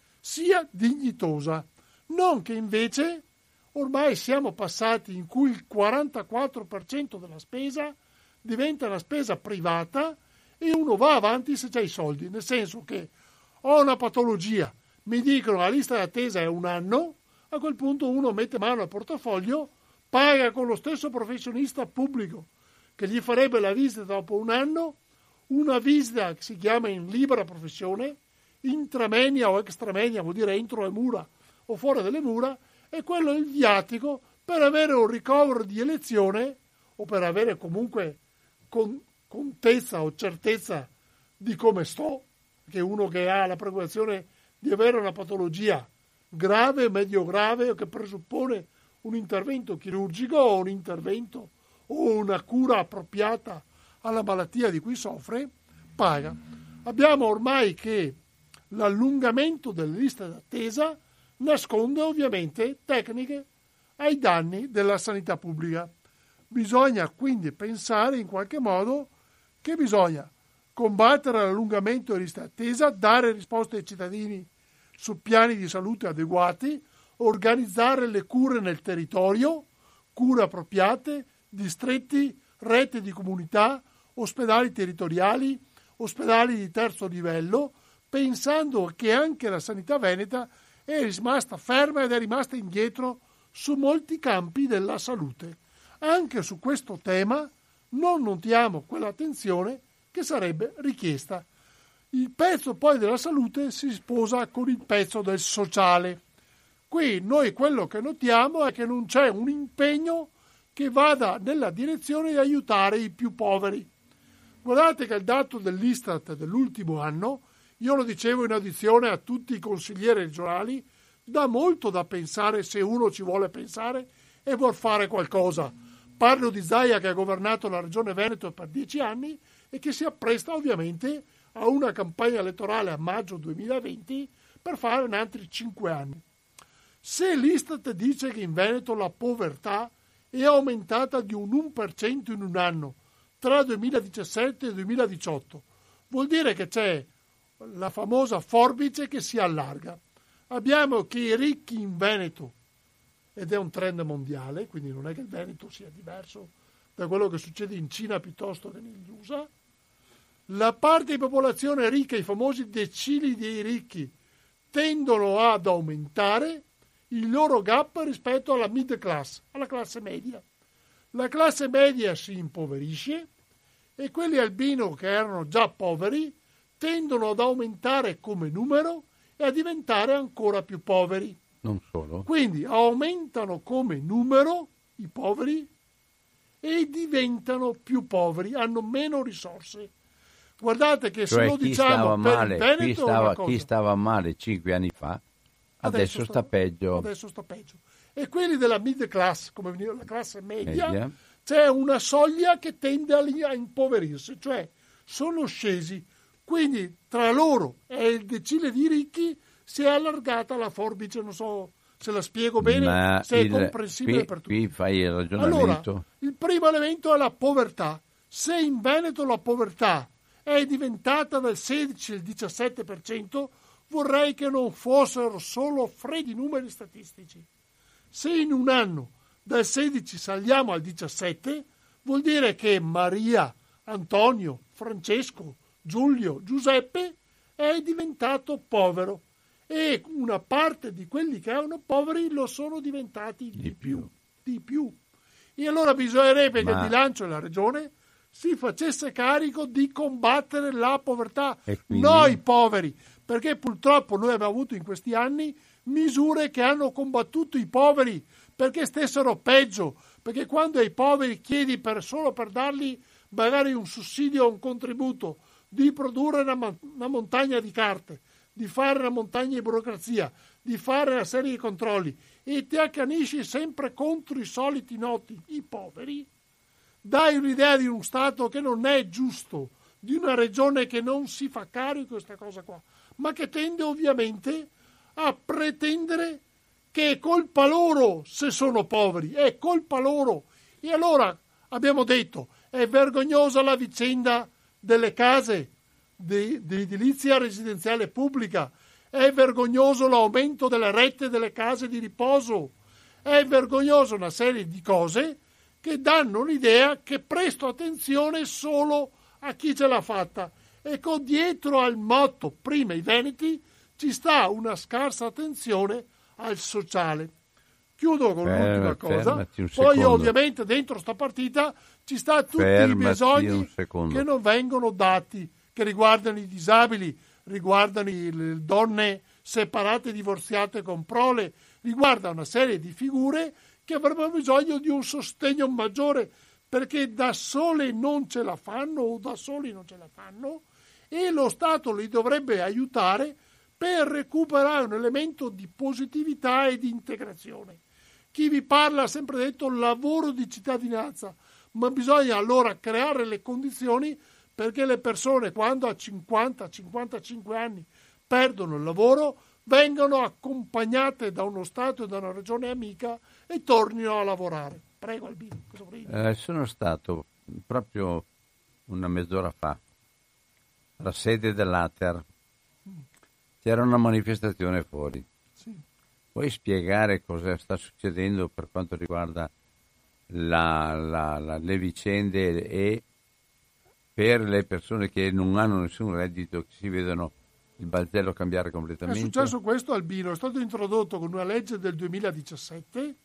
sia dignitosa, non che invece ormai siamo passati in cui il quarantaquattro per cento della spesa diventa una spesa privata e uno va avanti se c'ha i soldi, nel senso che ho una patologia, mi dicono la lista d'attesa è un anno, a quel punto uno mette mano al portafoglio, paga con lo stesso professionista pubblico che gli farebbe la visita dopo un anno, una visita che si chiama in libera professione, intramenia o extramenia, vuol dire entro le mura o fuori delle mura, e quello è il viatico per avere un ricovero di elezione o per avere comunque con, contezza o certezza di come sto, che uno che ha la preoccupazione di avere una patologia grave, medio grave, o che presuppone un intervento chirurgico o un intervento o una cura appropriata alla malattia di cui soffre, paga. Abbiamo ormai che l'allungamento delle liste d'attesa nasconde ovviamente tecniche ai danni della sanità pubblica. Bisogna quindi pensare in qualche modo che bisogna combattere l'allungamento delle liste d'attesa, dare risposte ai cittadini su piani di salute adeguati, organizzare le cure nel territorio, cure appropriate, distretti, rete di comunità, ospedali territoriali, ospedali di terzo livello, pensando che anche la sanità veneta è rimasta ferma ed è rimasta indietro su molti campi della salute. Anche su questo tema non notiamo quell'attenzione che sarebbe richiesta. Il pezzo poi della salute si sposa con il pezzo del sociale. Qui noi quello che notiamo è che non c'è un impegno che vada nella direzione di aiutare i più poveri. Guardate che il dato dell'Istat dell'ultimo anno, io lo dicevo in audizione a tutti i consiglieri regionali, dà molto da pensare se uno ci vuole pensare e vuol fare qualcosa. Parlo di Zaia che ha governato la regione Veneto per dieci anni e che si appresta ovviamente a una campagna elettorale a maggio duemilaventi per fare in altri cinque anni. Se l'Istat dice che in Veneto la povertà è aumentata di un uno per cento in un anno tra duemiladiciassette e duemiladiciotto, vuol dire che c'è la famosa forbice che si allarga. Abbiamo che i ricchi in Veneto, ed è un trend mondiale, quindi non è che il Veneto sia diverso da quello che succede in Cina piuttosto che negli U S A, la parte di popolazione ricca, i famosi decili dei ricchi, tendono ad aumentare il loro gap rispetto alla mid class, alla classe media. La classe media si impoverisce e quelli albino che erano già poveri tendono ad aumentare come numero e a diventare ancora più poveri. Non solo. Quindi aumentano come numero i poveri e diventano più poveri, hanno meno risorse. Guardate che cioè, se lo chi diciamo stava per male, il Veneto chi stava, è una cosa. chi stava male cinque anni fa, adesso, adesso sta, sta peggio. Adesso sta peggio. E quelli della mid class, come veniva la classe media, media, c'è una soglia che tende a impoverirsi, cioè sono scesi. Quindi tra loro e il decile di ricchi si è allargata la forbice, non so se la spiego bene, ma se il, è comprensibile qui, per tutti. Qui fai il ragionamento. Allora, il primo elemento è la povertà. Se in Veneto la povertà è diventata dal sedici al diciassette per cento, vorrei che non fossero solo freddi numeri statistici. Se in un anno dal sedici saliamo al diciassette, vuol dire che Maria, Antonio, Francesco, Giulio, Giuseppe è diventato povero e una parte di quelli che erano poveri lo sono diventati di, di più. più, di più. E allora bisognerebbe Ma... che il bilancio della regione si facesse carico di combattere la povertà, quindi... noi poveri, perché purtroppo noi abbiamo avuto in questi anni misure che hanno combattuto i poveri perché stessero peggio, perché quando ai poveri chiedi per, solo per dargli magari un sussidio o un contributo di produrre una, una montagna di carte, di fare una montagna di burocrazia, di fare una serie di controlli e ti accanisci sempre contro i soliti noti, i poveri, dai un'idea di uno Stato che non è giusto, di una regione che non si fa carico di questa cosa qua, ma che tende ovviamente a pretendere che è colpa loro se sono poveri, è colpa loro. E allora abbiamo detto, è vergognosa la vicenda delle case di, di edilizia residenziale pubblica, è vergognoso l'aumento delle rette delle case di riposo, è vergognosa una serie di cose che danno l'idea che presto attenzione solo a chi ce l'ha fatta. Ecco, dietro al motto prima i veneti ci sta una scarsa attenzione al sociale. Chiudo con Ferma, l'ultima cosa, poi secondo. ovviamente dentro sta partita ci sta tutti fermati i bisogni che non vengono dati, che riguardano i disabili, riguardano le donne separate, divorziate con prole, riguarda una serie di figure che avrebbero bisogno di un sostegno maggiore, perché da sole non ce la fanno o da soli non ce la fanno e lo Stato li dovrebbe aiutare per recuperare un elemento di positività e di integrazione. Chi vi parla ha sempre detto lavoro di cittadinanza, ma bisogna allora creare le condizioni perché le persone, quando a cinquanta cinquantacinque anni perdono il lavoro, vengano accompagnate da uno Stato e da una regione amica e tornino a lavorare. Prego Albino. Cosa vorrei dire? Eh, sono stato proprio una mezz'ora fa alla sede dell'A T E R. C'era una manifestazione fuori. Sì. Puoi spiegare cosa sta succedendo per quanto riguarda la, la, la, le vicende e per le persone che non hanno nessun reddito, che si vedono il balzello cambiare completamente? È successo questo, Albino. È stato introdotto con una legge del duemiladiciassette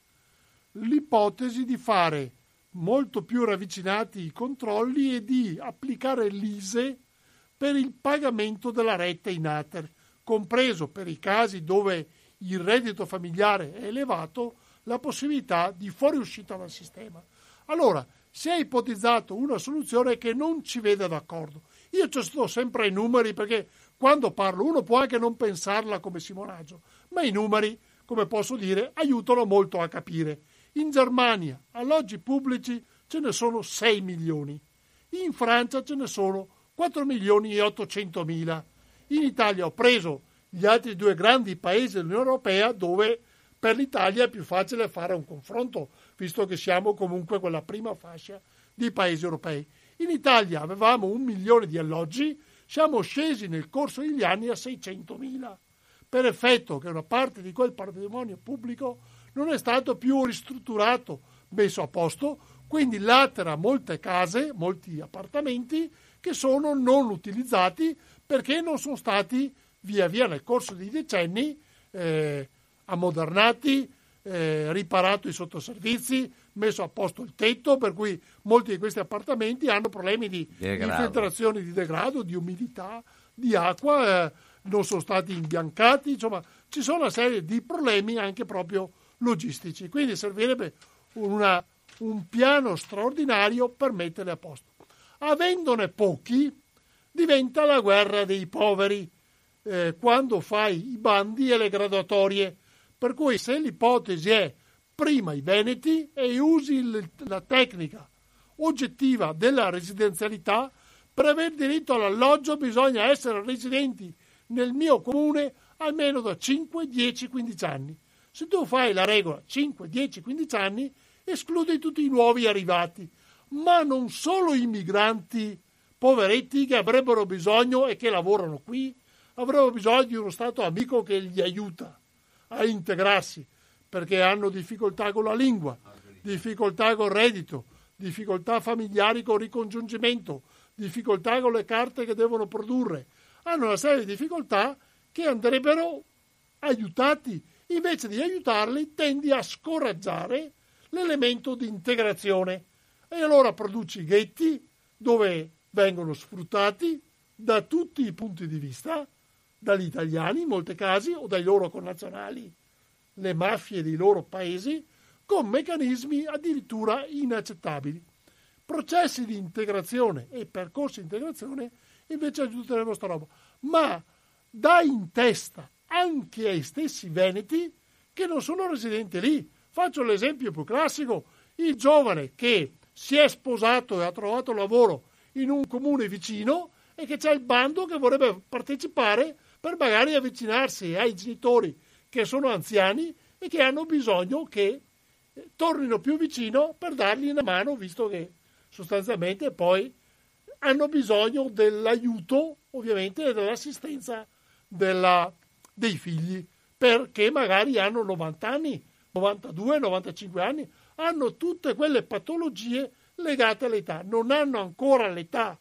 l'ipotesi di fare molto più ravvicinati i controlli e di applicare l'I S E E per il pagamento della retta in A T E R, compreso per i casi dove il reddito familiare è elevato, la possibilità di fuoriuscita dal sistema. Allora, si è ipotizzato una soluzione che non ci vede d'accordo. Io ci sto sempre ai numeri perché quando parlo uno può anche non pensarla come simonaggio, ma i numeri, come posso dire, aiutano molto a capire. In Germania alloggi pubblici ce ne sono sei milioni, in Francia ce ne sono quattro milioni e ottocentomila. In Italia ho preso gli altri due grandi paesi dell'Unione Europea dove per l'Italia è più facile fare un confronto, visto che siamo comunque quella prima fascia di paesi europei. In Italia avevamo un milione di alloggi, siamo scesi nel corso degli anni a seicentomila, per effetto che una parte di quel patrimonio pubblico non è stato più ristrutturato, messo a posto, quindi latera molte case, molti appartamenti che sono non utilizzati perché non sono stati via via nel corso dei decenni eh, ammodernati, eh, riparato i sottoservizi, messo a posto il tetto, per cui molti di questi appartamenti hanno problemi di infiltrazione di degrado, di umidità, di acqua, eh, non sono stati imbiancati, insomma ci sono una serie di problemi anche proprio logistici, quindi servirebbe una, un piano straordinario per metterli a posto. Avendone pochi diventa la guerra dei poveri eh, quando fai i bandi e le graduatorie, per cui se l'ipotesi è prima i veneti e usi il, la tecnica oggettiva della residenzialità, per aver diritto all'alloggio bisogna essere residenti nel mio comune almeno da cinque, dieci, quindici anni. Se tu fai la regola cinque, dieci, quindici anni, escludi tutti i nuovi arrivati, ma non solo i migranti poveretti che avrebbero bisogno e che lavorano qui, avrebbero bisogno di uno Stato amico che li aiuta a integrarsi, perché hanno difficoltà con la lingua, difficoltà con il reddito, difficoltà familiari con il ricongiungimento, difficoltà con le carte che devono produrre. Hanno una serie di difficoltà che andrebbero aiutati. Invece di aiutarli tendi a scoraggiare l'elemento di integrazione e allora produci ghetti dove vengono sfruttati da tutti i punti di vista, dagli italiani in molti casi o dai loro connazionali, le mafie dei loro paesi, con meccanismi addirittura inaccettabili. Processi di integrazione e percorsi di integrazione invece aiuterebbero sta roba, ma dà in testa anche ai stessi veneti che non sono residenti lì. Faccio l'esempio più classico: il giovane che si è sposato e ha trovato lavoro in un comune vicino e che c'è il bando che vorrebbe partecipare per magari avvicinarsi ai genitori che sono anziani e che hanno bisogno che tornino più vicino per dargli una mano, visto che sostanzialmente poi hanno bisogno dell'aiuto, ovviamente, e dell'assistenza della, dei figli, perché magari hanno novanta anni, novantadue, novantacinque anni, hanno tutte quelle patologie legate all'età, non hanno ancora l'età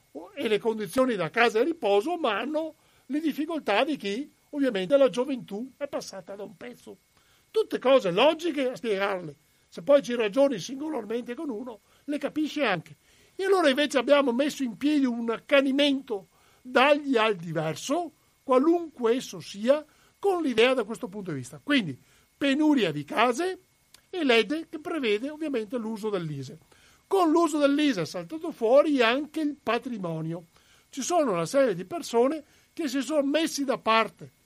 e le condizioni da casa e riposo, ma hanno le difficoltà di chi ovviamente la gioventù è passata da un pezzo. Tutte cose logiche a spiegarle. Se poi ci ragioni singolarmente con uno, le capisci anche. E allora invece abbiamo messo in piedi un accanimento dagli al diverso, qualunque esso sia, con l'idea da questo punto di vista. Quindi penuria di case e legge che prevede ovviamente l'uso dell'I S E E. Con l'uso dell'I S E E è saltato fuori anche il patrimonio. Ci sono una serie di persone che si sono messi da parte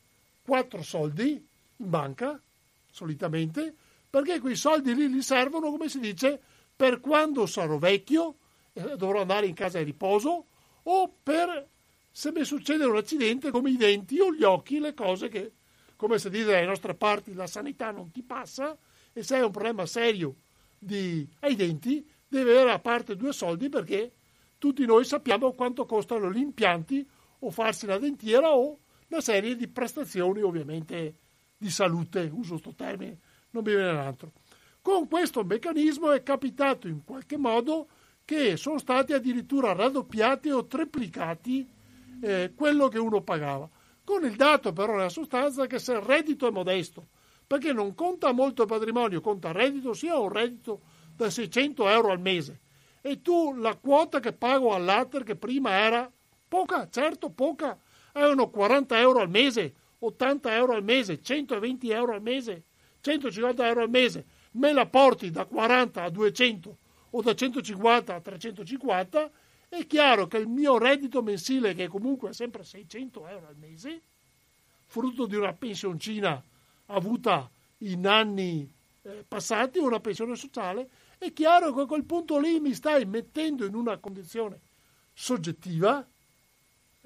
quattro soldi in banca, solitamente, perché quei soldi lì li servono, come si dice, per quando sarò vecchio e dovrò andare in casa di riposo, o per se mi succede un accidente come i denti o gli occhi, le cose che, come si dice dalle nostre parti, la sanità non ti passa, e se hai un problema serio di, ai denti, devi avere a parte due soldi, perché tutti noi sappiamo quanto costano gli impianti o farsi la dentiera o una serie di prestazioni, ovviamente, di salute, uso questo termine, non mi viene un altro. Con questo meccanismo è capitato in qualche modo che sono stati addirittura raddoppiati o triplicati eh, quello che uno pagava. Con il dato però nella sostanza che se il reddito è modesto, perché non conta molto il patrimonio, conta il reddito, sia un reddito da seicento euro al mese, e tu la quota che pago all'Ater, che prima era poca, certo poca, erano quaranta euro al mese, ottanta euro al mese, centoventi euro al mese, centocinquanta euro al mese, me la porti da quaranta a duecento o da centocinquanta a trecentocinquanta, è chiaro che il mio reddito mensile, che comunque è sempre seicento euro al mese, frutto di una pensioncina avuta in anni eh, passati, una pensione sociale, è chiaro che a quel punto lì mi stai mettendo in una condizione soggettiva eh,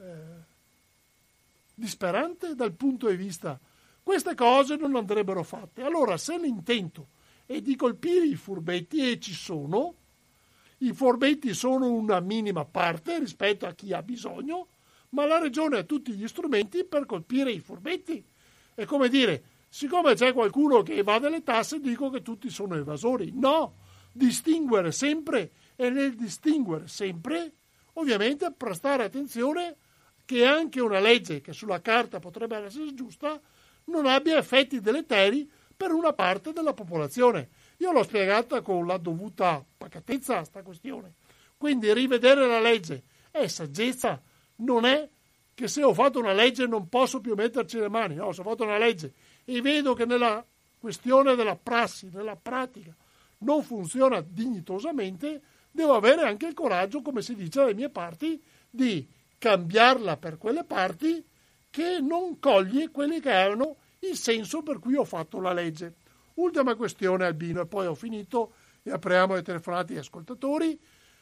disperante dal punto di vista. Queste cose non andrebbero fatte. Allora, se l'intento è di colpire i furbetti, e ci sono, i furbetti sono una minima parte rispetto a chi ha bisogno, ma la Regione ha tutti gli strumenti per colpire i furbetti. È come dire, siccome c'è qualcuno che evade le tasse, dico che tutti sono evasori. No, distinguere sempre, e nel distinguere sempre, ovviamente prestare attenzione che anche una legge che sulla carta potrebbe essere giusta non abbia effetti deleteri per una parte della popolazione. Io l'ho spiegata con la dovuta pacatezza a sta questione. Quindi rivedere la legge è saggezza, non è che se ho fatto una legge non posso più metterci le mani. No, se ho fatto una legge e vedo che nella questione della prassi, nella pratica, non funziona dignitosamente, devo avere anche il coraggio, come si dice dalle mie parti, di cambiarla per quelle parti che non coglie quelli che erano il senso per cui ho fatto la legge. Ultima questione, Albino, e poi ho finito e apriamo le telefonate agli ascoltatori.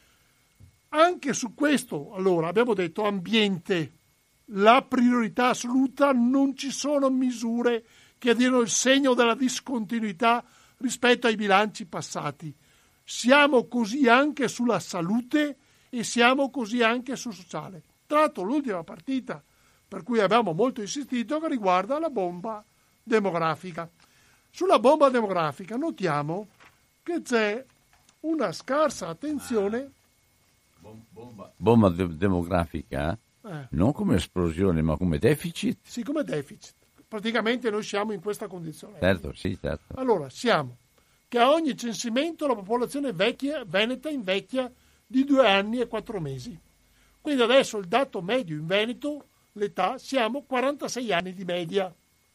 Anche su questo, allora, abbiamo detto ambiente, la priorità assoluta, non ci sono misure che diano il segno della discontinuità rispetto ai bilanci passati. Siamo così anche sulla salute e siamo così anche sul sociale. Tratto l'ultima partita per cui abbiamo molto insistito, che riguarda la bomba demografica. Sulla bomba demografica notiamo che c'è una scarsa attenzione. Bomba, bomba de- demografica? Eh. Non come esplosione, ma come deficit? Sì, come deficit. Praticamente noi siamo in questa condizione. Certo, sì, certo. Allora, siamo che a ogni censimento la popolazione vecchia, veneta invecchia di due anni e quattro mesi. Quindi adesso il dato medio in Veneto, l'età, siamo quarantasei anni di media.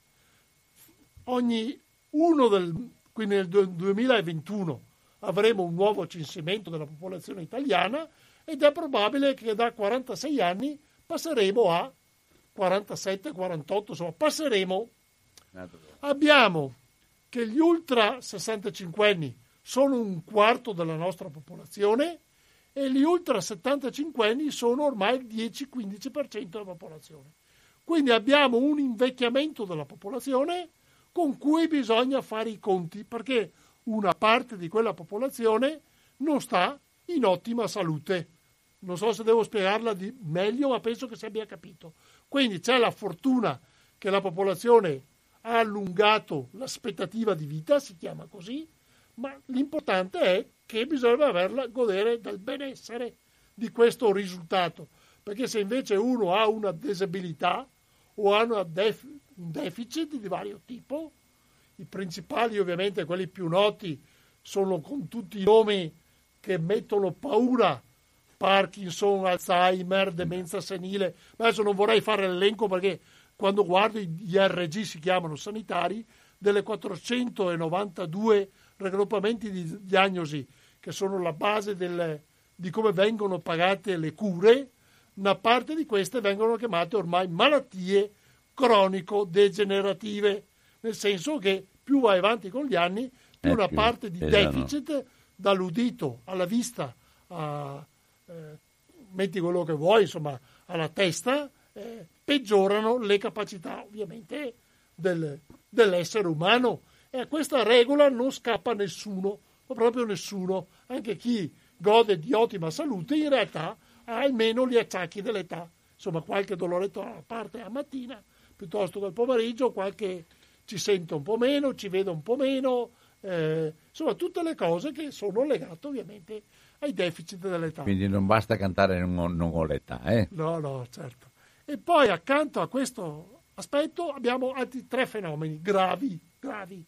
Ogni uno del, quindi nel duemilaventuno avremo un nuovo censimento della popolazione italiana, ed è probabile che da quarantasei anni passeremo a quarantasette quarantotto, insomma passeremo. Abbiamo che gli ultra sessantacinquenni sono un quarto della nostra popolazione e gli ultra settantacinquenni sono ormai il dieci quindici per cento della popolazione. Quindi abbiamo un invecchiamento della popolazione con cui bisogna fare i conti, perché una parte di quella popolazione non sta in ottima salute. Non so se devo spiegarla di meglio, ma penso che si abbia capito. Quindi c'è la fortuna che la popolazione ha allungato l'aspettativa di vita, si chiama così, ma l'importante è che bisogna averla godere del benessere di questo risultato, perché se invece uno ha una disabilità o ha una def- un deficit di vario tipo, i principali ovviamente quelli più noti sono con tutti i nomi che mettono paura: Parkinson, Alzheimer, demenza senile. Adesso non vorrei fare l'elenco, perché quando guardo gli R G, si chiamano sanitari, delle quattrocentonovantadue raggruppamenti di diagnosi che sono la base del, di come vengono pagate le cure, una parte di queste vengono chiamate ormai malattie cronico-degenerative, nel senso che più vai avanti con gli anni, più eh, una più parte di pesano. deficit dall'udito alla vista, a, eh, metti quello che vuoi, insomma, alla testa, eh, peggiorano le capacità ovviamente del, dell'essere umano. E a questa regola non scappa nessuno, ma proprio nessuno. Anche chi gode di ottima salute in realtà ha almeno gli acciacchi dell'età, insomma qualche doloretto a parte a mattina piuttosto che al pomeriggio, qualche ci sente un po' meno, ci vede un po' meno, eh, insomma tutte le cose che sono legate ovviamente ai deficit dell'età. Quindi non basta cantare non, non ho l'età, eh? No, no, certo. E poi accanto a questo aspetto abbiamo altri tre fenomeni gravi, gravi.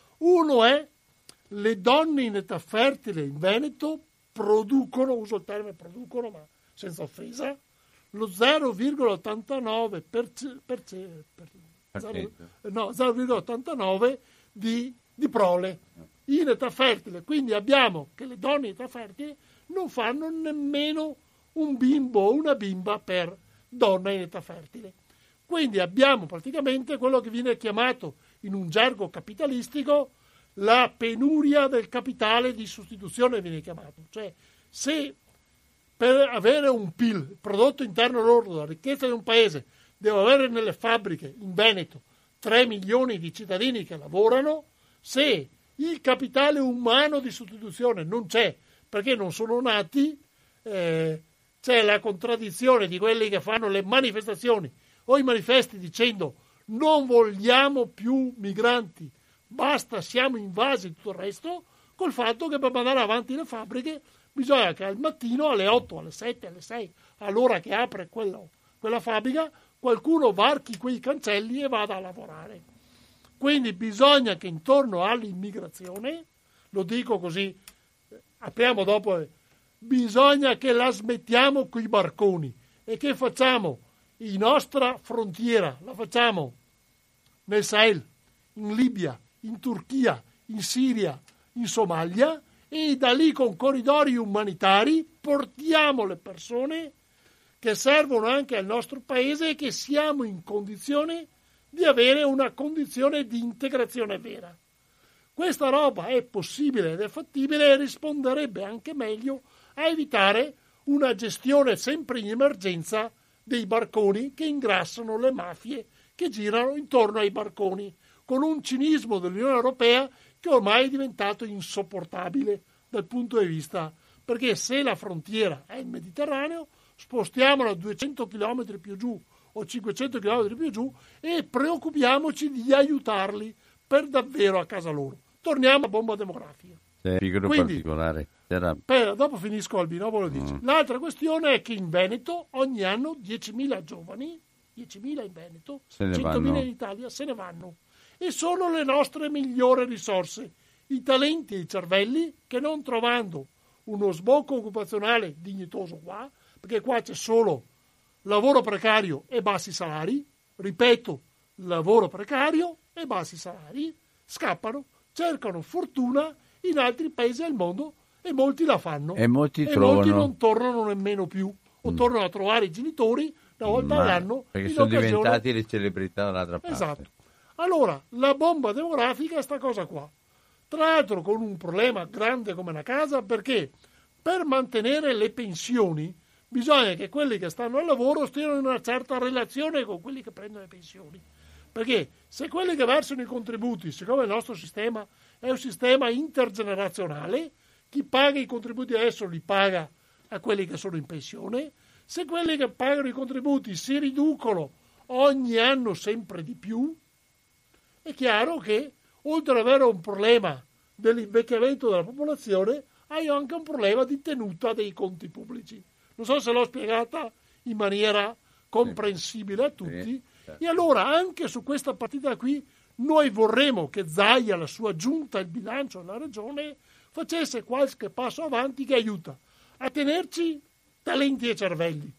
Uno è le donne in età fertile in Veneto producono, uso il termine producono ma senza offesa, lo zero virgola ottantanove per, per, per, zero, no, zero virgola ottantanove di, di prole in età fertile. Quindi abbiamo che le donne in età fertile non fanno nemmeno un bimbo o una bimba per donna in età fertile. Quindi abbiamo praticamente quello che viene chiamato in un gergo capitalistico la penuria del capitale di sostituzione, viene chiamato. Cioè, se per avere un P I L, prodotto interno lordo, la ricchezza di un paese, devo avere nelle fabbriche in Veneto tre milioni di cittadini che lavorano, se il capitale umano di sostituzione non c'è perché non sono nati, eh, c'è la contraddizione di quelli che fanno le manifestazioni o i manifesti dicendo non vogliamo più migranti, basta, siamo invasi e tutto il resto, col fatto che per mandare avanti le fabbriche bisogna che al mattino alle otto, alle sette, alle sei, all'ora che apre quello, quella fabbrica, qualcuno varchi quei cancelli e vada a lavorare. Quindi bisogna che intorno all'immigrazione, lo dico così, apriamo dopo, eh, bisogna che la smettiamo coi barconi e che facciamo la nostra frontiera, la facciamo nel Sahel, in Libia, in Turchia, in Siria, in Somalia, e da lì con corridoi umanitari portiamo le persone che servono anche al nostro paese e che siamo in condizione di avere una condizione di integrazione vera. Questa roba è possibile ed è fattibile e risponderebbe anche meglio a evitare una gestione sempre in emergenza dei barconi che ingrassano le mafie che girano intorno ai barconi, con un cinismo dell'Unione Europea che ormai è diventato insopportabile dal punto di vista, perché se la frontiera è il Mediterraneo, spostiamola a duecento chilometri più giù o cinquecento chilometri più giù e preoccupiamoci di aiutarli per davvero a casa loro. Torniamo alla bomba demografica. Sì, piccolo Quindi, particolare. Era... per, dopo finisco Albino, lo dice. Mm. L'altra questione è che in Veneto ogni anno diecimila giovani, diecimila in Veneto, centomila in Italia, se ne vanno. E sono le nostre migliori risorse, i talenti e i cervelli che non trovando uno sbocco occupazionale dignitoso qua, perché qua c'è solo lavoro precario e bassi salari, ripeto, lavoro precario e bassi salari, scappano, cercano fortuna in altri paesi del mondo e molti la fanno. E molti, e trovano... molti non tornano nemmeno più, o mm. tornano a trovare i genitori una volta Ma all'anno. Perché in sono occasione... diventati le celebrità dall'altra parte. Esatto. Allora, la bomba demografica è sta cosa qua. Tra l'altro con un problema grande come una casa, perché per mantenere le pensioni bisogna che quelli che stanno al lavoro stiano in una certa relazione con quelli che prendono le pensioni. Perché se quelli che versano i contributi, siccome il nostro sistema è un sistema intergenerazionale, chi paga i contributi adesso li paga a quelli che sono in pensione, se quelli che pagano i contributi si riducono ogni anno sempre di più, è chiaro che oltre ad avere un problema dell'invecchiamento della popolazione, hai anche un problema di tenuta dei conti pubblici. Non so se l'ho spiegata in maniera comprensibile a tutti. Sì, certo. E allora anche su questa partita qui noi vorremmo che Zaia, la sua giunta, il bilancio della regione, facesse qualche passo avanti che aiuta a tenerci talenti e cervelli,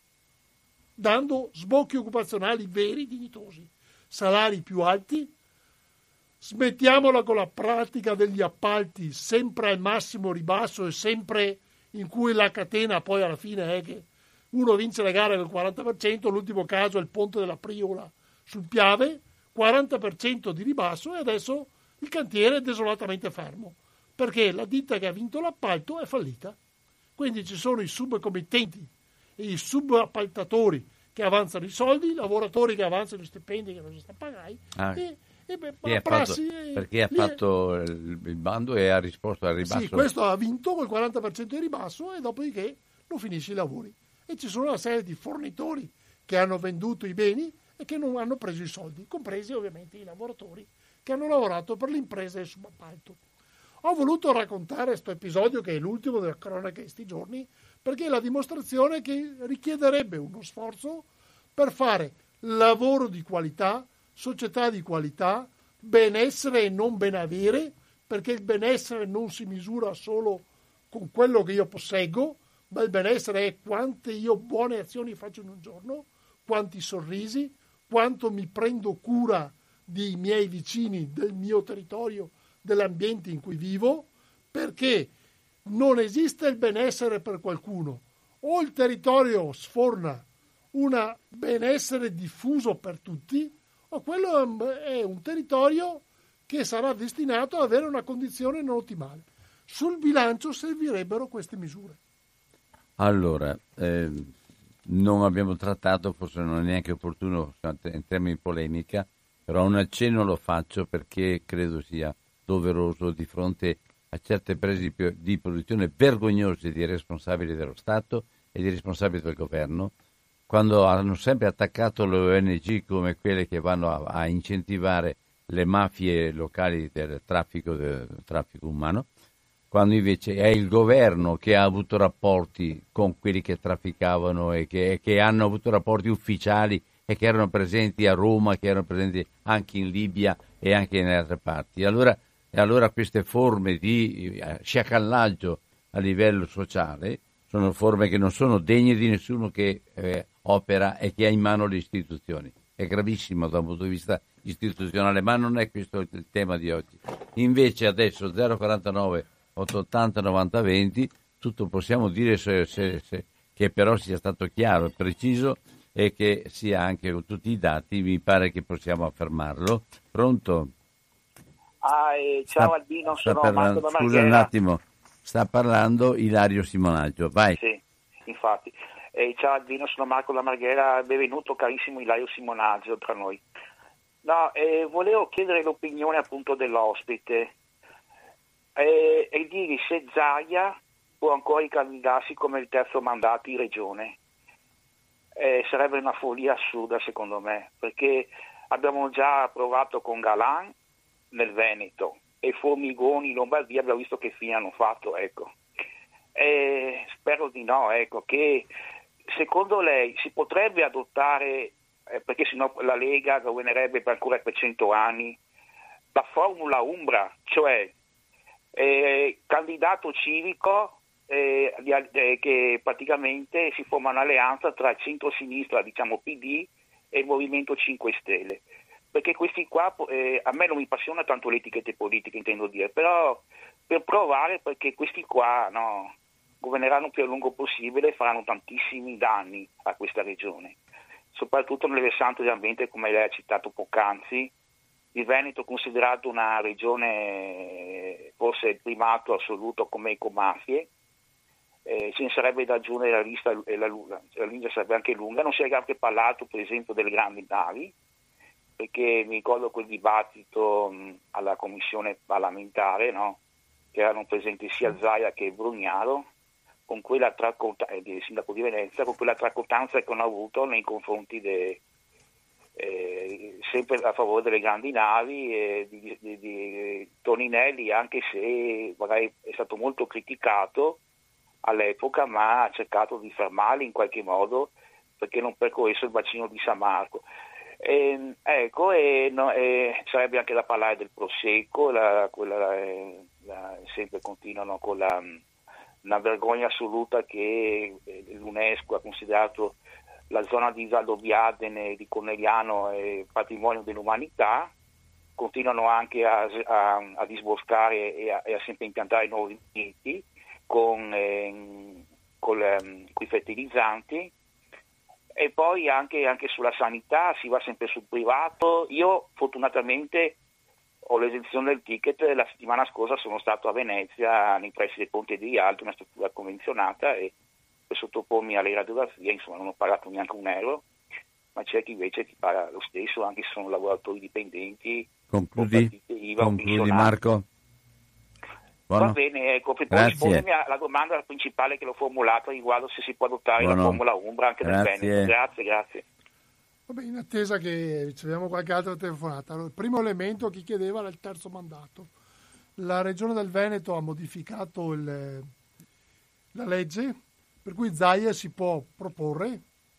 dando sbocchi occupazionali veri, dignitosi, salari più alti. Smettiamola con la pratica degli appalti sempre al massimo ribasso e sempre in cui la catena poi alla fine è che uno vince la gara del quaranta per cento, l'ultimo caso è il ponte della Priola sul Piave, quaranta per cento di ribasso, e adesso il cantiere è desolatamente fermo, perché la ditta che ha vinto l'appalto è fallita. Quindi ci sono i subcommittenti e i subappaltatori che avanzano i soldi, i lavoratori che avanzano gli stipendi che non si sta pagando, ah, e, e beh, ha prassi, fatto, perché ha fatto il, il bando e ha risposto al ribasso. Sì, questo ha vinto col quaranta per cento di ribasso, e dopodiché non finisce i lavori. E ci sono una serie di fornitori che hanno venduto i beni e che non hanno preso i soldi, compresi ovviamente i lavoratori che hanno lavorato per l'impresa del subappalto. Ho voluto raccontare questo episodio, che è l'ultimo della cronaca di questi giorni, perché è la dimostrazione che richiederebbe uno sforzo per fare lavoro di qualità, società di qualità, benessere e non benavere, perché il benessere non si misura solo con quello che io posseggo, ma il benessere è quante io buone azioni faccio in un giorno, quanti sorrisi, quanto mi prendo cura dei miei vicini, del mio territorio, dell'ambiente in cui vivo, perché non esiste il benessere per qualcuno. O il territorio sforna un benessere diffuso per tutti, o quello è un territorio che sarà destinato ad avere una condizione non ottimale. Sul bilancio servirebbero queste misure. Allora, eh, non abbiamo trattato, forse non è neanche opportuno in termini di polemica, però un accenno lo faccio perché credo sia doveroso di fronte a certe prese di posizione vergognose di responsabili dello Stato e di responsabili del governo, quando hanno sempre attaccato le O N G come quelle che vanno a, a incentivare le mafie locali del traffico, del traffico umano, quando invece è il governo che ha avuto rapporti con quelli che trafficavano e che, che hanno avuto rapporti ufficiali e che erano presenti a Roma, che erano presenti anche in Libia e anche in altre parti. Allora, e allora queste forme di sciacallaggio a livello sociale sono forme che non sono degne di nessuno che eh, opera e che ha in mano le istituzioni. È gravissimo da un punto di vista istituzionale, ma non è questo il tema di oggi. Invece adesso zero quarantanove ottocentottanta novanta venti, tutto possiamo dire se, se, se, che però sia stato chiaro e preciso e che sia anche con tutti i dati, mi pare che possiamo affermarlo. Pronto? Ah, eh, ciao sta, Albino, sta sono parlando, Marco da scusa Marghera. un attimo, sta parlando Ilario Simonaggio, vai. Sì, infatti. Eh, ciao Albino, sono Marco da Marghera, benvenuto carissimo Ilario Simonaggio tra noi. No, eh, volevo chiedere l'opinione appunto dell'ospite eh, e dirgli se Zaia può ancora candidarsi come il terzo mandato in regione. Eh, sarebbe una follia assurda secondo me, perché abbiamo già provato con Galan nel Veneto e Formigoni in Lombardia, abbiamo visto che fine hanno fatto, ecco. E spero di no, ecco, che secondo lei si potrebbe adottare, eh, perché sennò la Lega governerebbe per ancora per cento anni, la formula Umbra, cioè eh, candidato civico eh, eh, che praticamente si forma un'alleanza tra il centro-sinistra, diciamo P D, e il Movimento cinque Stelle. Perché questi qua, eh, a me non mi appassiona tanto le etichette politiche, intendo dire, però per provare, perché questi qua no, governeranno più a lungo possibile e faranno tantissimi danni a questa regione, soprattutto nel versante dell'ambiente, come lei ha citato poc'anzi. Il Veneto è considerato una regione, forse il primato assoluto come ecomafie, eh, ce ne sarebbe da aggiungere la lista, e la, la lista sarebbe anche lunga, non si è anche parlato per esempio delle grandi navi, perché mi ricordo quel dibattito mh, alla commissione parlamentare, no? Che erano presenti sia Zaia che Brugnaro, con quella tracota- eh, il sindaco di Venezia, con quella tracotanza che hanno avuto nei confronti de, eh, sempre a favore delle grandi navi e di, di, di Toninelli, anche se magari è stato molto criticato all'epoca, ma ha cercato di fermarli in qualche modo perché non percorresse il bacino di San Marco. E, ecco, e, no, e sarebbe anche da parlare del Prosecco, la, quella, eh, la, sempre continuano con la, una vergogna assoluta che l'UNESCO ha considerato la zona di Valdobbiadene e di Cornegliano è patrimonio dell'umanità, continuano anche a, a, a disboscare e a, e a sempre impiantare nuovi vieti con, eh, con, eh, con i fertilizzanti. E poi anche, anche sulla sanità si va sempre sul privato. Io fortunatamente ho l'esenzione del ticket, la settimana scorsa sono stato a Venezia nei pressi del Ponte di Rialto, una struttura convenzionata, e per sottopormi alle radiografie insomma non ho pagato neanche un euro, ma c'è chi invece ti paga lo stesso anche se sono lavoratori dipendenti. Concludi, I V A, concludi Marco. Buono. Va bene, ecco, per Grazie. rispondermi alla domanda principale che l'ho formulata riguardo se si può adottare Buono. la Formula Umbra anche Grazie. nel Veneto. Grazie, grazie. Vabbè, in attesa che riceviamo qualche altra telefonata. Allora, il primo elemento che chiedeva era il terzo mandato. La Regione del Veneto ha modificato il, la legge per cui Zaia si può proporre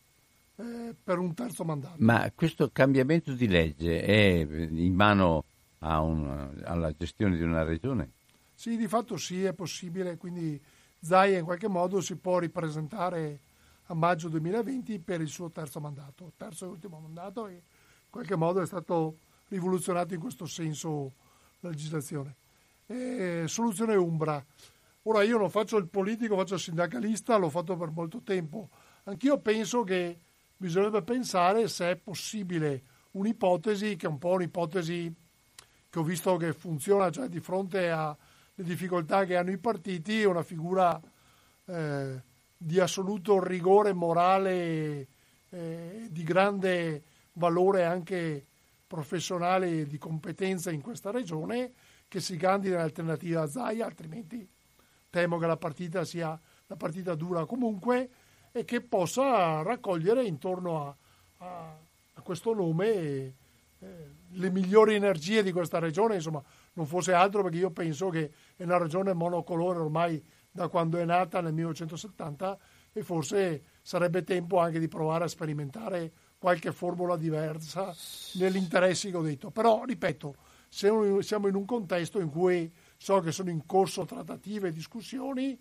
eh, per un terzo mandato. Ma questo cambiamento di legge è in mano a un, alla gestione di una regione? Sì, di fatto sì, è possibile, quindi Zaia in qualche modo si può ripresentare a maggio duemilaventi per il suo terzo mandato, terzo e ultimo mandato, e in qualche modo è stato rivoluzionato in questo senso la legislazione. E, soluzione Umbra. Ora io non faccio il politico, faccio il sindacalista, l'ho fatto per molto tempo. Anch'io penso che bisognerebbe pensare se è possibile un'ipotesi, che è un po' un'ipotesi che ho visto che funziona, cioè di fronte alle difficoltà che hanno i partiti, una figura eh, di assoluto rigore morale, eh, di grande valore anche professionale e di competenza in questa regione, che si candida in alternativa a Zaia, altrimenti temo che la partita sia una partita dura comunque, e che possa raccogliere intorno a, a, a questo nome eh, le migliori energie di questa regione, insomma, non fosse altro perché io penso che è una regione monocolore ormai da quando è nata nel millenovecentosettanta, e forse sarebbe tempo anche di provare a sperimentare qualche formula diversa negli interessi che ho detto. Però, ripeto, siamo in un contesto in cui so che sono in corso trattative e discussioni,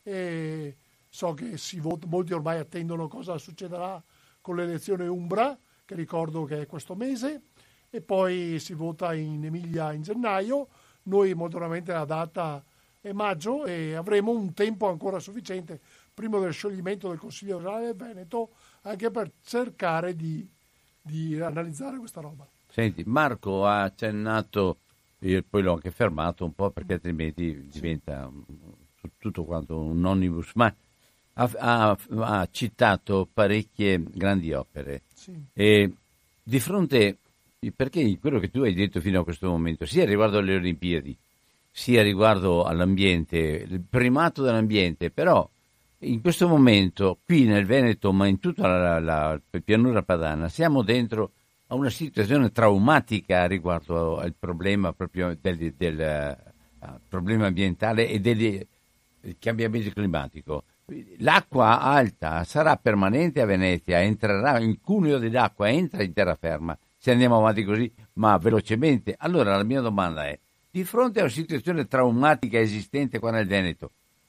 e so che si vota, molti ormai attendono cosa succederà con l'elezione Umbra, che ricordo che è questo mese, e poi si vota in Emilia in gennaio. Noi molto probabilmente la data è maggio e avremo un tempo ancora sufficiente prima del scioglimento del Consiglio regionale del Veneto anche per cercare di, di analizzare questa roba. Senti, Marco ha accennato, io poi l'ho anche fermato un po' perché altrimenti diventa tutto quanto un omnibus, ma ha, ha, ha citato parecchie grandi opere. Sì. E di fronte, perché quello che tu hai detto fino a questo momento, sia riguardo alle Olimpiadi, sia riguardo all'ambiente, il primato dell'ambiente, però in questo momento qui nel Veneto, ma in tutta la, la, la pianura padana, siamo dentro a una situazione traumatica riguardo al problema proprio del, del uh, problema ambientale e del, del cambiamento climatico. L'acqua alta sarà permanente a Venezia, entrerà in cuneo dell'acqua, entra in terraferma se andiamo avanti così, ma velocemente. Allora la mia domanda è, di fronte a una situazione traumatica esistente qua nel Veneto,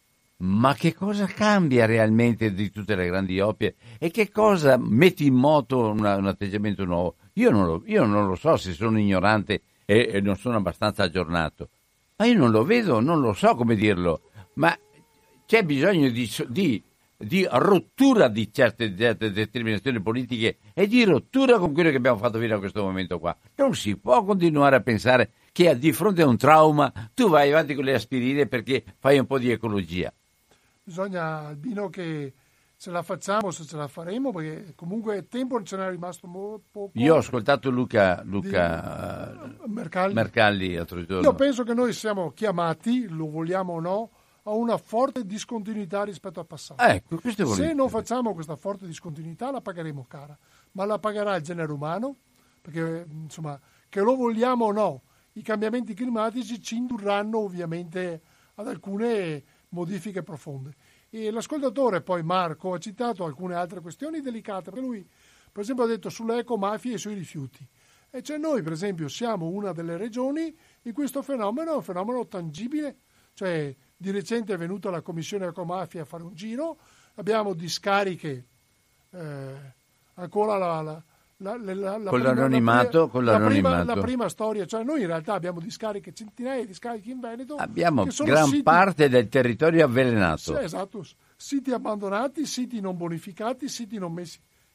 ma che cosa cambia realmente di tutte le grandi opere e che cosa mette in moto una, un atteggiamento nuovo? Io non, lo, io non lo so se sono ignorante e, e non sono abbastanza aggiornato, ma io non lo vedo, non lo so come dirlo, ma c'è bisogno di, di, di rottura di certe, certe determinazioni politiche e di rottura con quello che abbiamo fatto fino a questo momento qua. Non si può continuare a pensare che di fronte a un trauma tu vai avanti con le aspirine perché fai un po' di ecologia. Bisogna, Albino, che ce la facciamo, se ce la faremo, perché comunque tempo non ce n'è rimasto molto poco. Io ho ascoltato Luca, Luca di, uh, Mercalli. Mercalli l'altro giorno. Io penso che noi siamo chiamati, lo vogliamo o no, a una forte discontinuità rispetto al passato. Ecco, questo se dire. non facciamo questa forte discontinuità la pagheremo cara, ma la pagherà il genere umano, perché insomma, che lo vogliamo o no, i cambiamenti climatici ci indurranno ovviamente ad alcune modifiche profonde. E l'ascoltatore poi Marco ha citato alcune altre questioni delicate, perché lui per esempio ha detto sulle ecomafie e sui rifiuti, e cioè noi per esempio siamo una delle regioni in cui questo fenomeno è un fenomeno tangibile, cioè di recente è venuta la commissione ecomafia a fare un giro, abbiamo discariche eh, ancora la, la La, la, la con prima, l'anonimato, la, con la, l'anonimato. Prima, la prima storia, cioè noi in realtà abbiamo discariche, centinaia di discariche in Veneto. Abbiamo che sono gran siti, parte del territorio avvelenato. Sì, esatto, siti abbandonati, siti non bonificati, siti non messi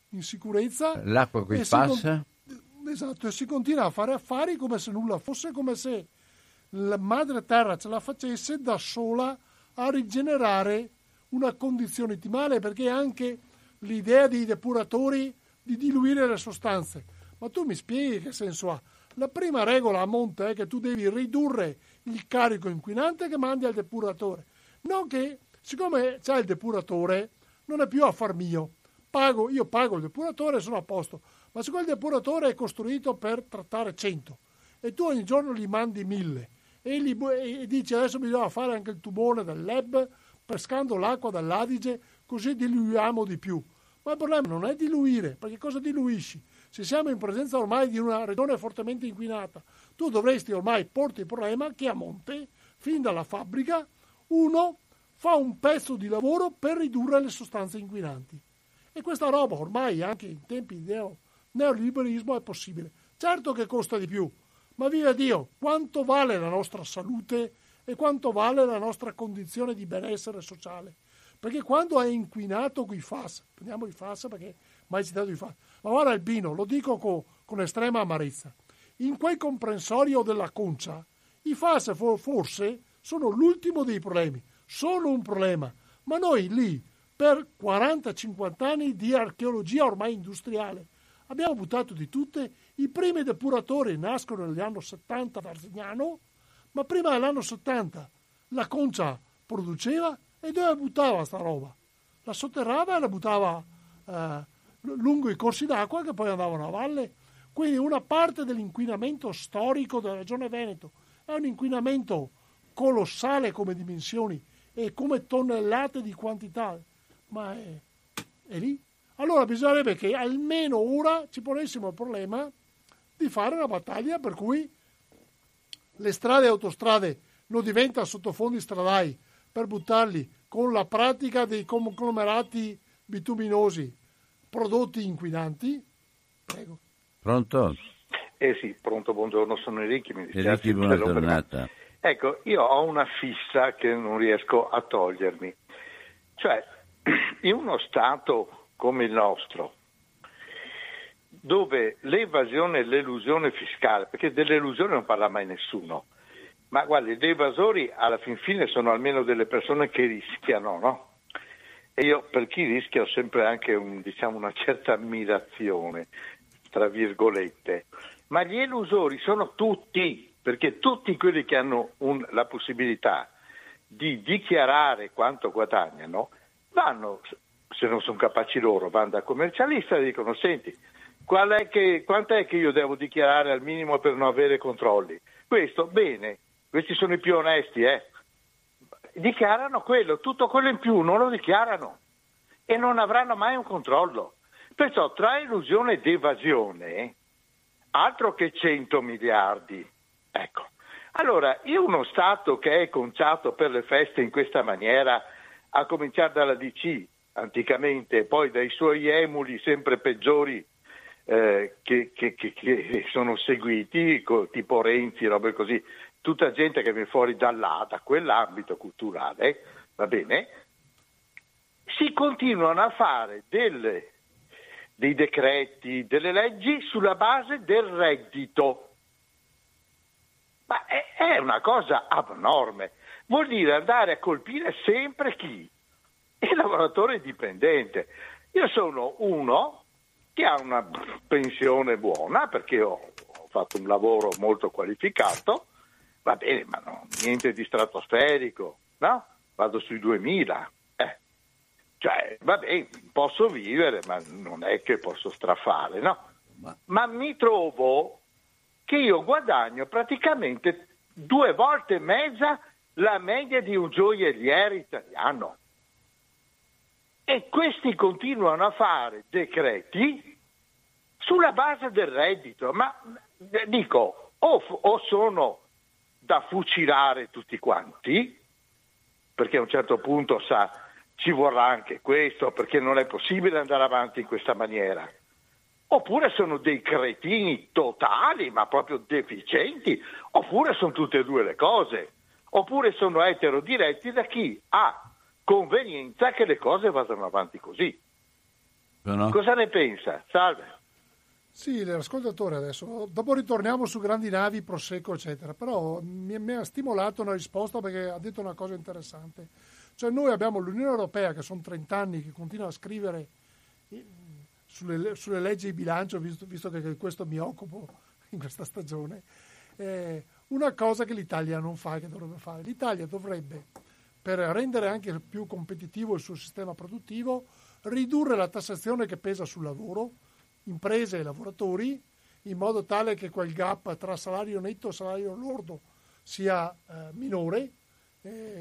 in sicurezza. L'acqua qui passa. Con... Esatto, e si continua a fare affari come se nulla fosse, come se la madre terra ce la facesse da sola a rigenerare una condizione ottimale, perché anche l'idea dei depuratori di diluire le sostanze. Ma tu mi spieghi che senso ha? La prima regola a monte è che tu devi ridurre il carico inquinante che mandi al depuratore. Non che, siccome c'è il depuratore, non è più affar mio. Pago, io pago il depuratore e sono a posto. Ma siccome il depuratore è costruito per trattare cento e tu ogni giorno gli mandi mille e, gli, e dici adesso bisogna fare anche il tubone del L E B pescando l'acqua dall'Adige, così diluiamo di più. Ma il problema non è diluire, perché cosa diluisci? Se siamo in presenza ormai di una regione fortemente inquinata, tu dovresti ormai porti il problema che a monte, fin dalla fabbrica, uno fa un pezzo di lavoro per ridurre le sostanze inquinanti. E questa roba ormai anche in tempi di neoliberismo è possibile. Certo che costa di più, ma viva Dio, quanto vale la nostra salute e quanto vale la nostra condizione di benessere sociale? Perché quando è inquinato con i F A S, prendiamo i F A S perché mai citato i F A S, ma guarda Albino, lo dico con, con estrema amarezza, in quel comprensorio della Concia, i F A S forse sono l'ultimo dei problemi, sono un problema, ma noi lì, per quaranta cinquanta anni di archeologia ormai industriale, abbiamo buttato di tutte, i primi depuratori nascono negli anni settanta da Arzignano, ma prima dell'anno settanta la Concia produceva e dove buttava sta roba? La sotterrava e la buttava eh, lungo i corsi d'acqua che poi andavano a valle. Quindi una parte dell'inquinamento storico della regione Veneto è un inquinamento colossale come dimensioni e come tonnellate di quantità, ma è, è lì. Allora bisognerebbe che almeno ora ci ponessimo il problema di fare una battaglia per cui le strade e autostrade non diventano sottofondi stradali per buttarli con la pratica dei conglomerati bituminosi prodotti inquinanti. Prego. Pronto? Eh sì, pronto, buongiorno, sono Enrico. Mi Enrico, buona giornata. Ecco, io ho una fissa che non riesco a togliermi. Cioè, in uno Stato come il nostro, dove l'evasione e l'elusione fiscale, perché dell'elusione non parla mai nessuno, ma guardi, gli evasori alla fin fine sono almeno delle persone che rischiano, no? E io per chi rischia ho sempre anche un, diciamo, una certa ammirazione, tra virgolette, ma gli elusori sono tutti, perché tutti quelli che hanno un, la possibilità di dichiarare quanto guadagnano, vanno, se non sono capaci loro, vanno da commercialista e dicono: senti, qual è che, quanto è che io devo dichiarare al minimo per non avere controlli? Questo, bene, questi sono i più onesti, eh. Dichiarano quello, tutto quello in più non lo dichiarano e non avranno mai un controllo. Perciò tra illusione ed evasione, altro che cento miliardi. Ecco, allora io uno Stato che è conciato per le feste in questa maniera, a cominciare dalla D C anticamente, poi dai suoi emuli sempre peggiori eh, che, che, che, che sono seguiti, tipo Renzi, robe così, tutta gente che viene fuori da là, da quell'ambito culturale, va bene? Si continuano a fare delle, dei decreti, delle leggi sulla base del reddito. Ma è, è una cosa abnorme. Vuol dire andare a colpire sempre chi? Il lavoratore dipendente. Io sono uno che ha una pensione buona perché ho, ho fatto un lavoro molto qualificato, va bene, ma no, niente di stratosferico, no? Vado sui duemila. Eh. Cioè, va bene, posso vivere, ma non è che posso strafare, no? Ma, ma mi trovo che io guadagno praticamente due volte e mezza la media di un gioielliere italiano. E questi continuano a fare decreti sulla base del reddito. Ma dico, o, o sono da fucilare tutti quanti, perché a un certo punto sa, ci vorrà anche questo, perché non è possibile andare avanti in questa maniera. Oppure sono dei cretini totali, ma proprio deficienti, oppure sono tutte e due le cose, oppure sono eterodiretti da chi ha convenienza che le cose vadano avanti così. No? Cosa ne pensa? Salve. Sì, l'ascoltatore adesso, dopo ritorniamo su grandi navi, Prosecco, eccetera, però mi, mi ha stimolato una risposta perché ha detto una cosa interessante. Cioè noi abbiamo l'Unione Europea, che sono trenta anni, che continua a scrivere sulle, sulle leggi di bilancio, visto, visto che questo mi occupo in questa stagione, eh, una cosa che l'Italia non fa, che dovrebbe fare. L'Italia dovrebbe, per rendere anche più competitivo il suo sistema produttivo, ridurre la tassazione che pesa sul lavoro, imprese e lavoratori, in modo tale che quel gap tra salario netto e salario lordo sia eh, minore, eh,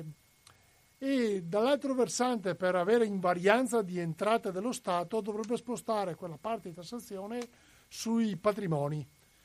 e dall'altro versante, per avere invarianza di entrate dello Stato, dovrebbe spostare quella parte di tassazione sui patrimoni.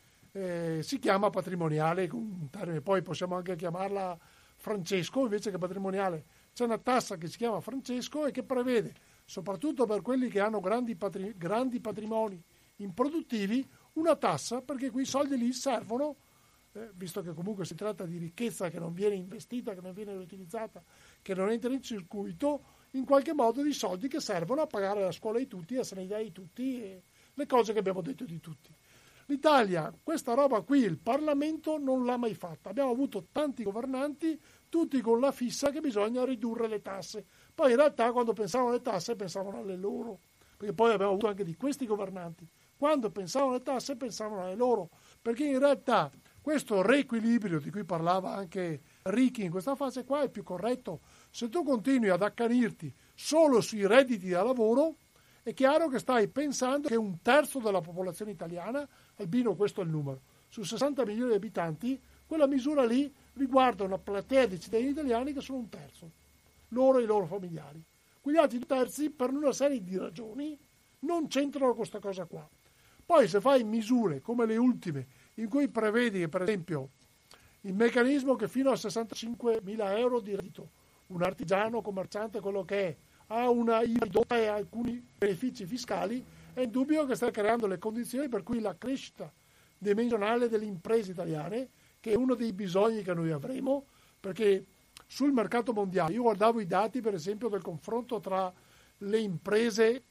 Eh, si chiama patrimoniale, un termine, poi possiamo anche chiamarla Francesco invece che patrimoniale. C'è una tassa che si chiama Francesco e che prevede, soprattutto per quelli che hanno grandi, patri- grandi patrimoni improduttivi, una tassa, perché quei soldi lì servono, eh, visto che comunque si tratta di ricchezza che non viene investita, che non viene riutilizzata, che non entra in circuito, in qualche modo di soldi che servono a pagare la scuola di tutti, la sanità di tutti e le cose che abbiamo detto di tutti. L'Italia, questa roba qui, il Parlamento non l'ha mai fatta. Abbiamo avuto tanti governanti, tutti con la fissa che bisogna ridurre le tasse. Poi in realtà quando pensavano alle tasse pensavano alle loro, perché poi abbiamo avuto anche di questi governanti. Quando pensavano alle tasse pensavano alle loro, perché in realtà questo riequilibrio di cui parlava anche Ricchi in questa fase qua è più corretto. Se tu continui ad accanirti solo sui redditi da lavoro, è chiaro che stai pensando che un terzo della popolazione italiana, Albino questo è il numero, su sessanta milioni di abitanti, quella misura lì riguarda una platea di cittadini italiani che sono un terzo, loro e i loro familiari. Quegli altri due terzi, per una serie di ragioni, non c'entrano con questa cosa qua. Poi se fai misure come le ultime, in cui prevedi, per esempio, il meccanismo che fino a sessantacinquemila euro di reddito, un artigiano, commerciante, quello che è, ha una I V A ridotta e alcuni benefici fiscali, è indubbio che stai creando le condizioni per cui la crescita dimensionale delle imprese italiane, che è uno dei bisogni che noi avremo, perché sul mercato mondiale, io guardavo i dati per esempio del confronto tra le imprese,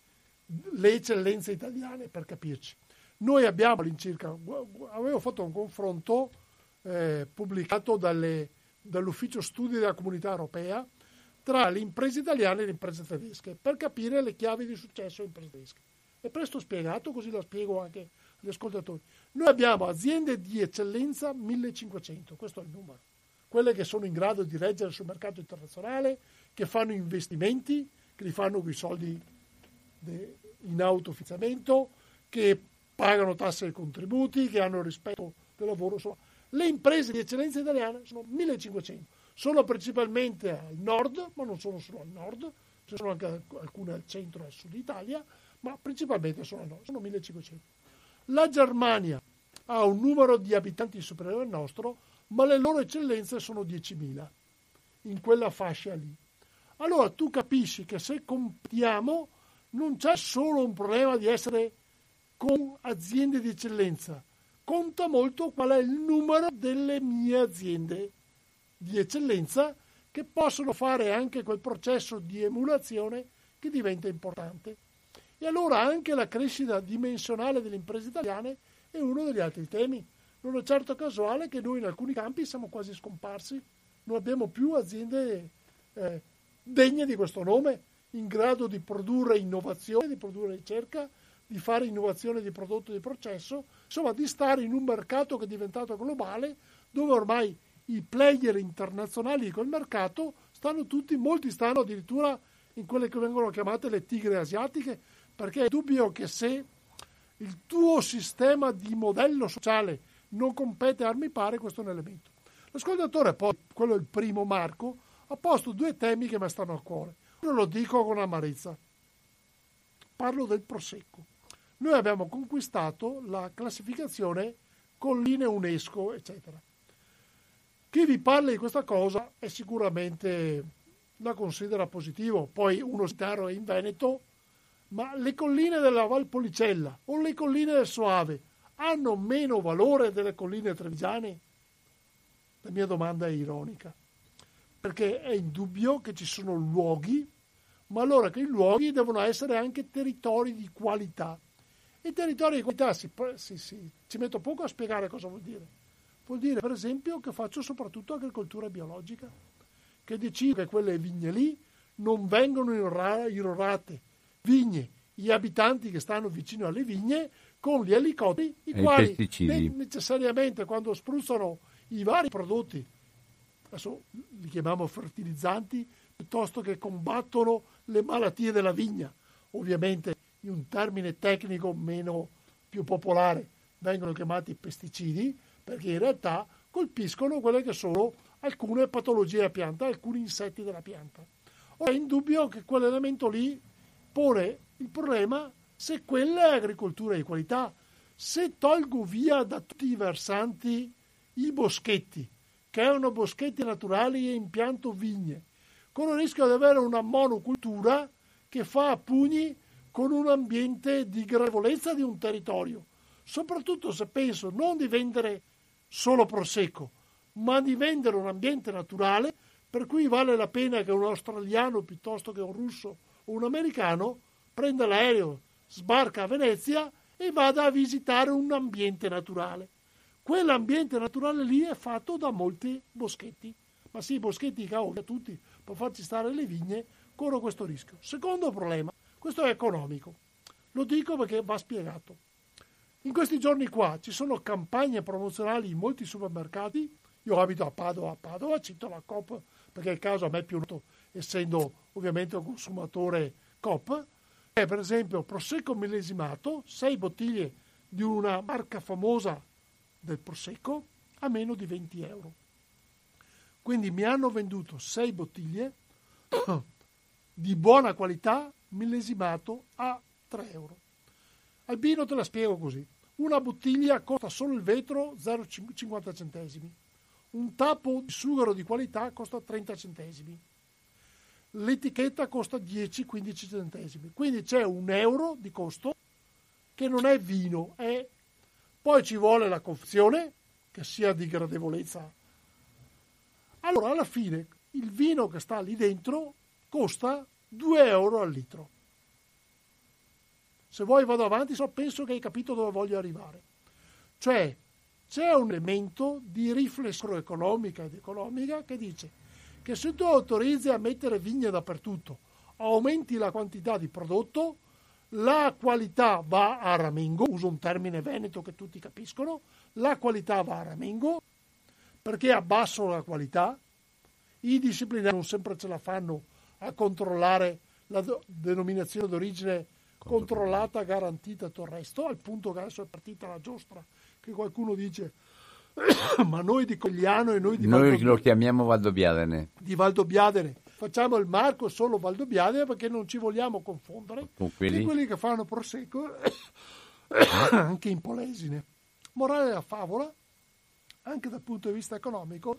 le eccellenze italiane, per capirci. Noi abbiamo all'incirca, avevo fatto un confronto eh, pubblicato dalle, dall'ufficio studi della Comunità Europea tra le imprese italiane e le imprese tedesche, per capire le chiavi di successo delle imprese tedesche. È presto spiegato, così lo spiego anche agli ascoltatori. Noi abbiamo aziende di eccellenza millecinquecento, questo è il numero, quelle che sono in grado di reggere sul mercato internazionale, che fanno investimenti, che li fanno con i soldi de, in autofinanziamento, che pagano tasse e contributi, che hanno rispetto del lavoro. Insomma, le imprese di eccellenza italiane sono millecinquecento, sono principalmente al nord, ma non sono solo al nord, ci sono anche alcune al centro e al sud Italia, ma principalmente sono al nord, sono millecinquecento. La Germania ha un numero di abitanti superiore al nostro, ma le loro eccellenze sono diecimila, in quella fascia lì. Allora tu capisci che se compitiamo non c'è solo un problema di essere con aziende di eccellenza, conta molto qual è il numero delle mie aziende di eccellenza che possono fare anche quel processo di emulazione che diventa importante. E allora anche la crescita dimensionale delle imprese italiane è uno degli altri temi. Non è certo casuale che noi in alcuni campi siamo quasi scomparsi, non abbiamo più aziende eh, degne di questo nome, in grado di produrre innovazione, di produrre ricerca, di fare innovazione di prodotto e di processo, insomma di stare in un mercato che è diventato globale, dove ormai i player internazionali di quel mercato stanno tutti, molti stanno addirittura in quelle che vengono chiamate le tigre asiatiche, perché è dubbio che se il tuo sistema di modello sociale non compete a armi pari, questo è un elemento. L'ascoltatore, poi, quello è il primo, Marco, ha posto due temi che mi stanno a cuore. Io lo dico con amarezza. Parlo del Prosecco. Noi abbiamo conquistato la classificazione colline UNESCO, eccetera. Chi vi parla di questa cosa è sicuramente la considera positivo. Poi uno Staro è in Veneto, ma le colline della Valpolicella o le colline del Soave hanno meno valore delle colline trevigiane? La mia domanda è ironica, perché è indubbio che ci sono luoghi ma allora che i luoghi devono essere anche territori di qualità. E territori di qualità, si, si, si, ci metto poco a spiegare cosa vuol dire. Vuol dire, per esempio, che faccio soprattutto agricoltura biologica, che decido che quelle vigne lì non vengono irrorate. Vigne, gli abitanti che stanno vicino alle vigne, con gli elicotteri, i e quali ne- necessariamente quando spruzzano i vari prodotti, adesso li chiamiamo fertilizzanti, piuttosto che combattono le malattie della vigna, ovviamente in un termine tecnico meno più popolare vengono chiamati pesticidi, perché in realtà colpiscono quelle che sono alcune patologie della pianta, alcuni insetti della pianta. Ora è indubbio che quell'elemento lì pone il problema se quella è agricoltura di qualità. Se tolgo via da tutti i versanti i boschetti, che erano boschetti naturali e impianto vigne, con il rischio di avere una monocultura che fa a pugni con un ambiente di gradevolezza di un territorio, soprattutto se penso non di vendere solo prosecco, ma di vendere un ambiente naturale per cui vale la pena che un australiano piuttosto che un russo o un americano prenda l'aereo, sbarca a Venezia e vada a visitare un ambiente naturale. Quell'ambiente naturale lì è fatto da molti boschetti, ma sì, boschetti cavolo, tutti, per farci stare le vigne, corro questo rischio. Secondo problema, questo è economico, lo dico perché va spiegato. In questi giorni qua ci sono campagne promozionali in molti supermercati. Io abito a Padova, a Padova, cito la Coop perché è il caso a me più noto, essendo ovviamente un consumatore Coop. È per esempio prosecco millesimato, sei bottiglie di una marca famosa del prosecco a meno di venti euro. Quindi mi hanno venduto sei bottiglie di buona qualità millesimato a tre euro. Albino, te la spiego così. Una bottiglia costa solo il vetro zero virgola cinquanta centesimi. Un tappo di sughero di qualità costa trenta centesimi. L'etichetta costa dieci quindici centesimi. Quindi c'è un euro di costo che non è vino. È... Poi ci vuole la confezione, che sia di gradevolezza. Allora, alla fine, il vino che sta lì dentro costa due euro al litro. Se vuoi vado avanti, so, penso che hai capito dove voglio arrivare. Cioè, c'è un elemento di riflessione economica ed economica che dice che se tu autorizzi a mettere vigne dappertutto, aumenti la quantità di prodotto, la qualità va a ramengo, uso un termine veneto che tutti capiscono, la qualità va a ramengo, perché abbasso la qualità, i disciplinari non sempre ce la fanno a controllare la do- denominazione d'origine controllata, garantita e tutto il resto, al punto che adesso è partita la giostra, che qualcuno dice ma noi di Cogliano e noi di Noi Valdo... lo chiamiamo Valdobbiadene. Di Valdobbiadene. Facciamo il marco solo Valdobbiadene perché non ci vogliamo confondere con quelli, e quelli che fanno prosecco anche in Polesine. Morale della favola, anche dal punto di vista economico,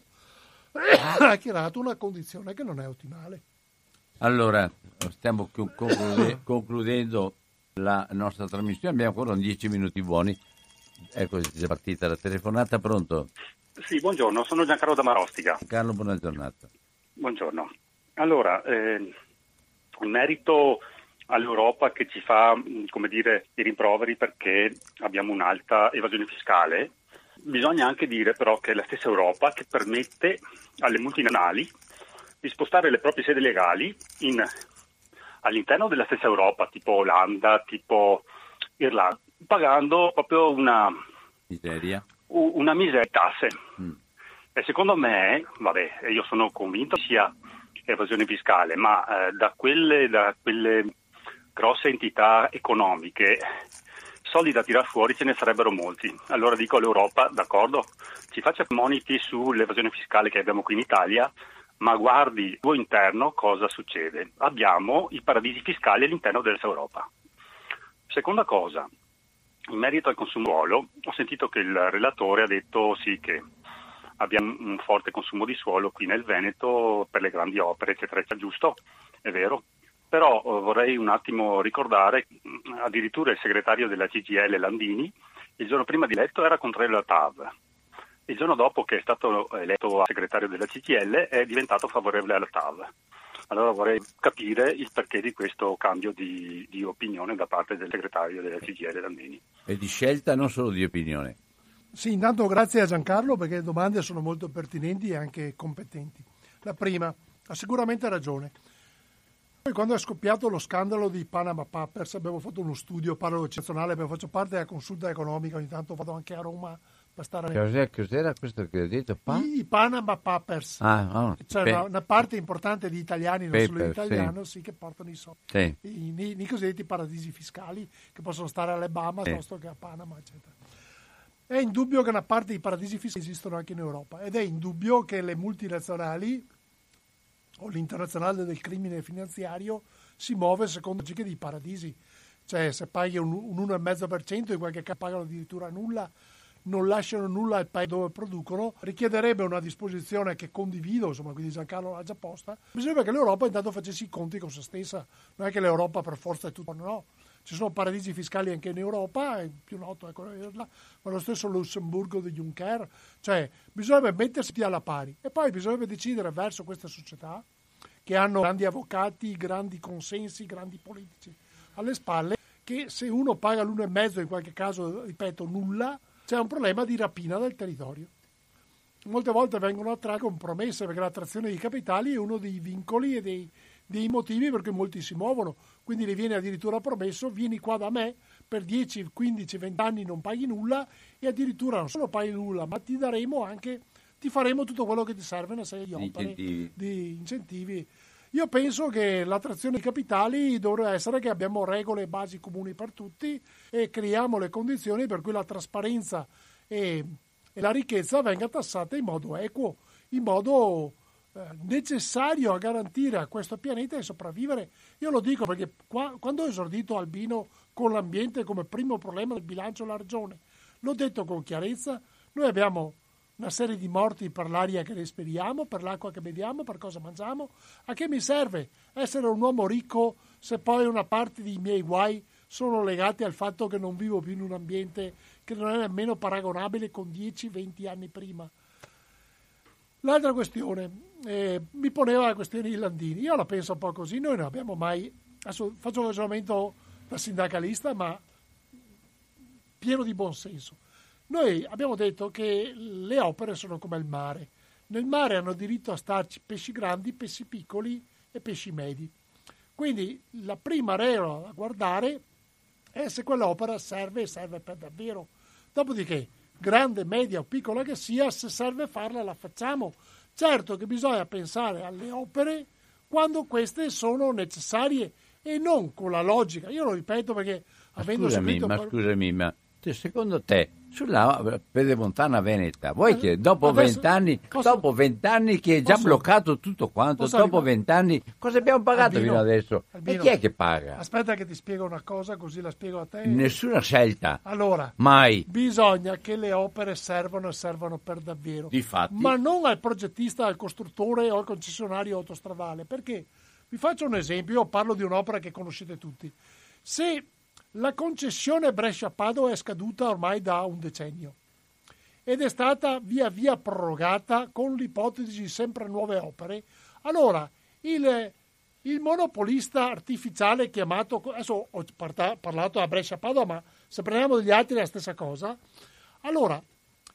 ha creato una condizione che non è ottimale. Allora, stiamo conclude- concludendo la nostra trasmissione, abbiamo ancora dieci minuti buoni. Ecco, è partita la telefonata, pronto? Sì, buongiorno, sono Giancarlo da Marostica. Carlo, buona giornata. Buongiorno. Allora, eh, in merito all'Europa che ci fa, come dire, i rimproveri perché abbiamo un'alta evasione fiscale, bisogna anche dire però che è la stessa Europa che permette alle multinazionali di spostare le proprie sedi legali in, all'interno della stessa Europa, tipo Olanda, tipo Irlanda, pagando proprio una miseria, una miseria di tasse. Mm. E secondo me, vabbè, io sono convinto che sia evasione fiscale, ma eh, da quelle da quelle grosse entità economiche soldi da tirar fuori ce ne sarebbero molti. Allora dico all'Europa, d'accordo, ci faccia moniti sull'evasione fiscale che abbiamo qui in Italia, ma guardi al suo interno cosa succede. Abbiamo i paradisi fiscali all'interno dell'Europa. Seconda cosa, in merito al consumo di suolo, ho sentito che il relatore ha detto sì che abbiamo un forte consumo di suolo qui nel Veneto per le grandi opere, eccetera, eccetera, giusto, è vero, però eh, vorrei un attimo ricordare, addirittura il segretario della C G I L Landini, il giorno prima di eletto era contrario alla T A V, il giorno dopo che è stato eletto segretario della C G I L è diventato favorevole alla T A V. Allora vorrei capire il perché di questo cambio di, di opinione da parte del segretario della C G I L Landini. E di scelta, non solo di opinione. Sì, intanto grazie a Giancarlo perché le domande sono molto pertinenti e anche competenti. La prima, ha sicuramente ragione. Poi quando è scoppiato lo scandalo di Panama Papers abbiamo fatto uno studio, parlo eccezionale perché faccio parte della consulta economica, ogni tanto vado anche a Roma per stare... Cos'è, cos'era questo che ho detto? Pa? I, I Panama Papers, ah, oh, cioè pe- una, una parte importante di italiani, non paper, solo italiano, sì. sì, che portano i soldi, Sì. I, i, i cosiddetti paradisi fiscali che possono stare alle Bahamas Sì. piuttosto che a Panama, eccetera. È indubbio che una parte dei paradisi fiscali esistono anche in Europa ed è indubbio che le multinazionali o l'internazionale del crimine finanziario si muove secondo logiche di paradisi. Cioè se paghi un, un uno virgola cinque per cento, in qualche caso pagano addirittura nulla, non lasciano nulla al paese dove producono, richiederebbe una disposizione che condivido, insomma, quindi Giancarlo l'ha già posta. Bisogna che l'Europa intanto facesse i conti con se stessa, non è che l'Europa per forza è tutto, no. Ci sono paradisi fiscali anche in Europa, il più noto è quello di Irlanda, ma lo stesso Lussemburgo di Juncker, cioè bisognerebbe mettersi alla pari e poi bisognerebbe decidere verso queste società che hanno grandi avvocati, grandi consensi, grandi politici alle spalle, che se uno paga l'uno e mezzo, in qualche caso, ripeto, nulla, c'è un problema di rapina del territorio. Molte volte vengono attratti con promesse, perché l'attrazione dei capitali è uno dei vincoli e dei, dei motivi per cui molti si muovono. Quindi le viene addirittura promesso: vieni qua da me, per dieci, quindici, venti anni non paghi nulla e addirittura non solo paghi nulla, ma ti daremo anche, ti faremo tutto quello che ti serve, una serie di opere, incentivi. di incentivi. Io penso che l'attrazione dei capitali dovrebbe essere che abbiamo regole e basi comuni per tutti e creiamo le condizioni per cui la trasparenza e, e la ricchezza venga tassata in modo equo, in modo eh, necessario a garantire a questo pianeta di sopravvivere. Io lo dico perché qua, quando ho esordito Albino con l'ambiente come primo problema del bilancio della regione, l'ho detto con chiarezza, noi abbiamo una serie di morti per l'aria che respiriamo, per l'acqua che beviamo, per cosa mangiamo. A che mi serve essere un uomo ricco se poi una parte dei miei guai sono legati al fatto che non vivo più in un ambiente che non è nemmeno paragonabile con dieci venti anni prima? L'altra questione, eh, mi poneva la questione di Landini. Io la penso un po' così, noi non abbiamo mai, adesso faccio un ragionamento da sindacalista, ma pieno di buonsenso. Noi abbiamo detto che le opere sono come il mare. Nel mare hanno diritto a starci pesci grandi, pesci piccoli e pesci medi. Quindi la prima regola da guardare è se quell'opera serve e serve per davvero. Dopodiché, grande, media o piccola che sia, se serve farla la facciamo. Certo che bisogna pensare alle opere quando queste sono necessarie e non con la logica. Io lo ripeto perché avendo scusami, seguito... ma per... scusami, ma secondo te sulla pedemontana veneta vuoi che dopo vent'anni posso... dopo vent'anni che è già posso... bloccato tutto quanto, posso dopo arrivare... vent'anni cosa abbiamo pagato Albino, fino adesso? Albino, e chi è che paga? Aspetta che ti spiego una cosa, così la spiego a te. Nessuna scelta. Allora, mai. Bisogna che le opere servano e servano per davvero. Difatti. Ma non al progettista, al costruttore o al concessionario autostradale. Perché? Vi faccio un esempio, io parlo di un'opera che conoscete tutti. Se la concessione Brescia-Padova è scaduta ormai da un decennio ed è stata via via prorogata con l'ipotesi di sempre nuove opere, allora il, il monopolista artificiale chiamato, adesso ho parlato a Brescia-Padova, ma se prendiamo degli altri è la stessa cosa. Allora,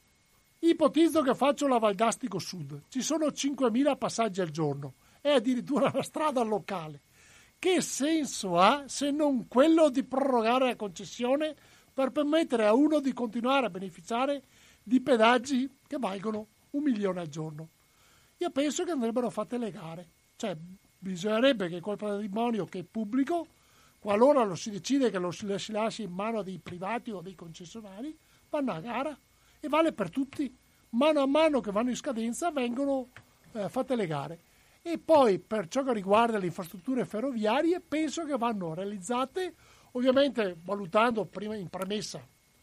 ipotizzo che faccio la Valdastico Sud, ci sono cinquemila passaggi al giorno, è addirittura una strada locale. Che senso ha se non quello di prorogare la concessione per permettere a uno di continuare a beneficiare di pedaggi che valgono un milione al giorno? Io penso che andrebbero fatte le gare, cioè bisognerebbe che quel patrimonio che è pubblico, qualora lo si decide che lo si lasci in mano a dei privati o dei concessionari, vanno a gara e vale per tutti. Mano a mano che vanno in scadenza vengono eh, fatte le gare. E poi per ciò che riguarda le infrastrutture ferroviarie penso che vanno realizzate, ovviamente valutando prima in premessa,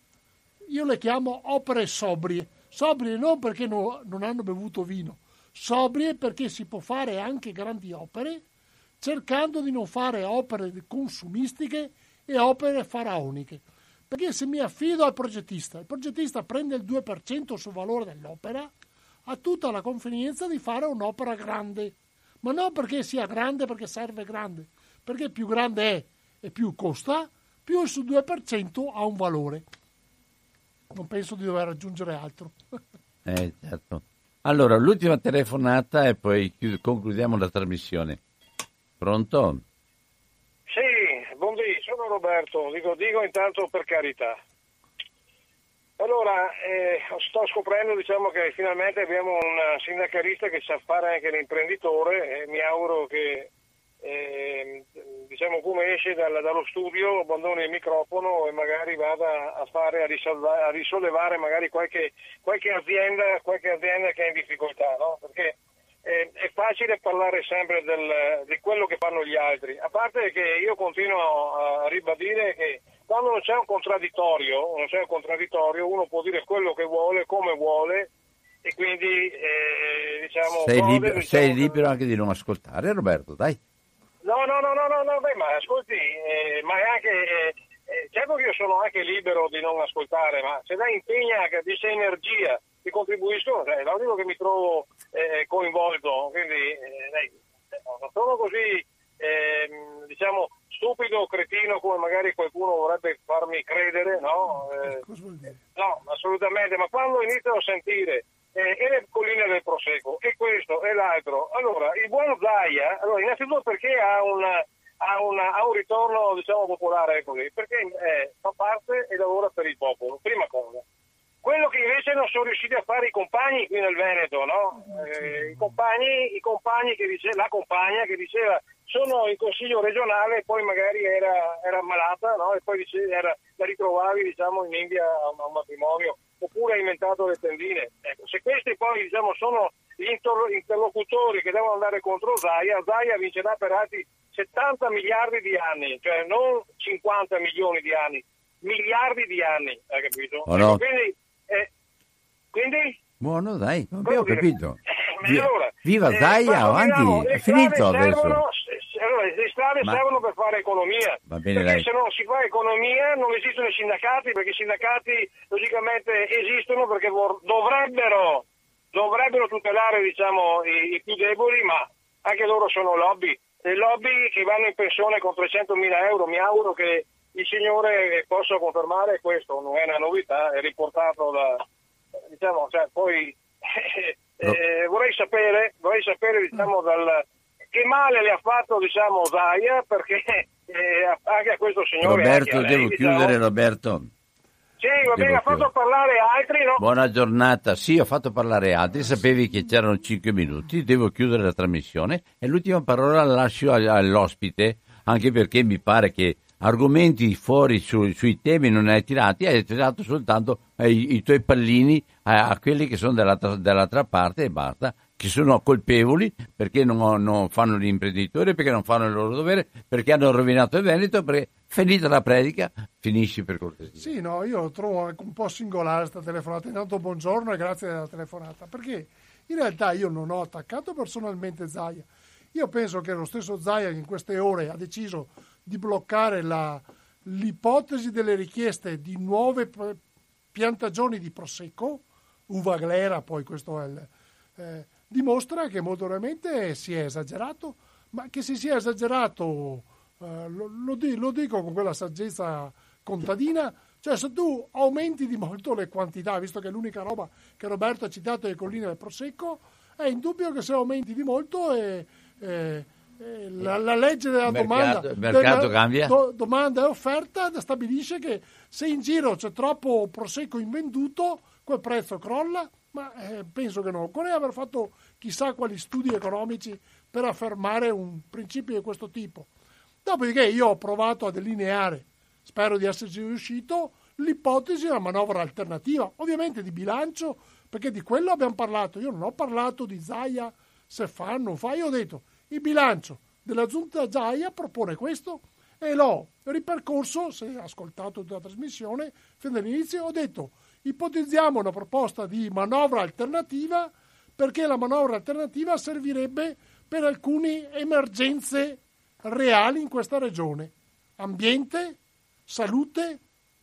io le chiamo opere sobrie, sobrie non perché no, non hanno bevuto vino, sobrie perché si può fare anche grandi opere cercando di non fare opere consumistiche e opere faraoniche. Perché se mi affido al progettista, il progettista prende il due per cento sul valore dell'opera, ha tutta la convenienza di fare un'opera grande, ma non perché sia grande, perché serve grande, perché più grande è e più costa, più il suo due per cento ha un valore. Non penso di dover aggiungere altro. Eh, certo. Allora, l'ultima telefonata e poi chiud- concludiamo la trasmissione. Pronto? Sì, buondì, sono Roberto, dico, dico intanto per carità. Allora, eh, sto scoprendo diciamo che finalmente abbiamo un sindacalista che sa fare anche l'imprenditore e mi auguro che eh, diciamo come esce dal, dallo studio abbandoni il microfono e magari vada a fare a, risolva, a risollevare magari qualche, qualche azienda qualche azienda che è in difficoltà, no? Perché eh, è facile parlare sempre del, di quello che fanno gli altri, a parte che io continuo a ribadire che quando non c'è un contraddittorio, non c'è un contraddittorio, uno può dire quello che vuole, come vuole, e quindi eh, diciamo... Sei, cose, liber- diciamo, sei libero anche di non ascoltare, Roberto, dai. No, no, no, no, no, no beh, ma ascolti, eh, ma è anche... Eh, eh, certo che io sono anche libero di non ascoltare, ma se lei impegna, che dice energia, ti contribuisco, è logico che mi trovo eh, coinvolto, quindi eh, lei, non sono così, eh, diciamo... stupido o cretino come magari qualcuno vorrebbe farmi credere, no? Eh, Cosa vuol dire? no, assolutamente, ma quando inizio a sentire eh, e le colline del Prosecco, e questo e l'altro, allora il buon Zaia, allora innanzitutto perché ha, una, ha, una, ha un ritorno diciamo popolare così, perché eh, fa parte e lavora per il popolo, prima cosa. Quello che invece non sono riusciti a fare i compagni qui nel Veneto, no? Eh, i compagni, i compagni che dice, la compagna che diceva sono in consiglio regionale e poi magari era, era ammalata, no? E poi dice, era, la ritrovavi diciamo in India a un, a un matrimonio, oppure ha inventato le tendine. Ecco, se questi poi diciamo sono gli inter- interlocutori che devono andare contro Zaia, Zaia vincerà per altri settanta miliardi di anni, cioè non cinquanta milioni di anni, miliardi di anni, hai capito? Oh no. Ecco, quindi, eh, quindi? Buono, dai, abbiamo capito. Eh, allora, Viva eh, Zaia, avanti, diciamo, è finito adesso. Servono, allora, le strade Ma... servono per fare economia, Va bene, perché dai. se non si fa economia non esistono i sindacati, perché i sindacati logicamente esistono perché vor- dovrebbero, dovrebbero tutelare diciamo, i, i più deboli, ma anche loro sono lobby, le lobby che vanno in pensione con trecentomila euro. Mi auguro che il signore possa confermare questo, non è una novità, è riportato da, diciamo, cioè, poi eh, vorrei sapere, vorrei sapere diciamo dal che male le ha fatto diciamo Zaia, perché eh, anche a questo signore Roberto, a lei, devo diciamo, chiudere, Roberto. sì, va bene, ha fatto parlare altri, no? Buona giornata, sì, ho fatto parlare altri, sapevi che c'erano cinque minuti, devo chiudere la trasmissione e l'ultima parola la lascio all'ospite, anche perché mi pare che argomenti fuori su, sui temi non hai tirati, hai tirato soltanto eh, i, i tuoi pallini a, a quelli che sono dall'altra, dall'altra parte e basta, che sono colpevoli perché non, non fanno gli imprenditori, perché non fanno il loro dovere, perché hanno rovinato il Veneto, perché finita la predica finisci per cortesia. Sì, no, io trovo anche un po' singolare questa telefonata. Intanto buongiorno e grazie della telefonata, perché in realtà io non ho attaccato personalmente Zaia. Io penso che lo stesso Zaia che in queste ore ha deciso di bloccare la, l'ipotesi delle richieste di nuove piantagioni di Prosecco, uva glera, poi questo è il, eh, dimostra che molto veramente si è esagerato, ma che si sia esagerato, eh, lo, lo, lo dico con quella saggezza contadina, cioè se tu aumenti di molto le quantità, visto che l'unica roba che Roberto ha citato è le colline del Prosecco, è indubbio che se aumenti di molto è... è La, la legge della il domanda, mercato, il mercato della, cambia. Do, domanda e offerta stabilisce che se in giro c'è troppo prosecco invenduto quel prezzo crolla, ma eh, penso che non occorre aver fatto chissà quali studi economici per affermare un principio di questo tipo. Dopodiché io ho provato a delineare, spero di esserci riuscito, l'ipotesi della manovra alternativa, ovviamente di bilancio, perché di quello abbiamo parlato. Io non ho parlato di Zaia, se fa, non fa, io ho detto il bilancio della giunta Zaia propone questo e l'ho ripercorso, se hai ascoltato tutta la trasmissione, fin dall'inizio ho detto ipotizziamo una proposta di manovra alternativa perché la manovra alternativa servirebbe per alcune emergenze reali in questa regione, ambiente, salute,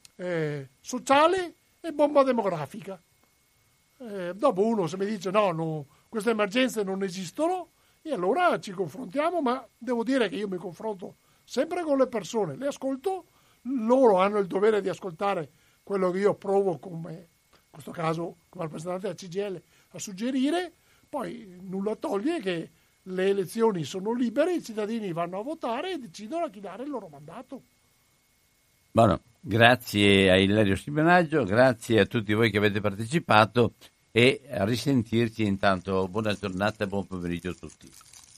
eh, sociale e bomba demografica. Eh, dopo uno se mi dice no, no, queste emergenze non esistono, E allora ci confrontiamo, ma devo dire che io mi confronto sempre con le persone, le ascolto, loro hanno il dovere di ascoltare quello che io provo come, in questo caso come rappresentante della C G I L, a suggerire, poi nulla toglie che le elezioni sono libere, i cittadini vanno a votare e decidono a chi dare il loro mandato. Buono, grazie a Ilario Simonaggio, grazie a tutti voi che avete partecipato e a risentirci. Intanto buona giornata e buon pomeriggio a tutti.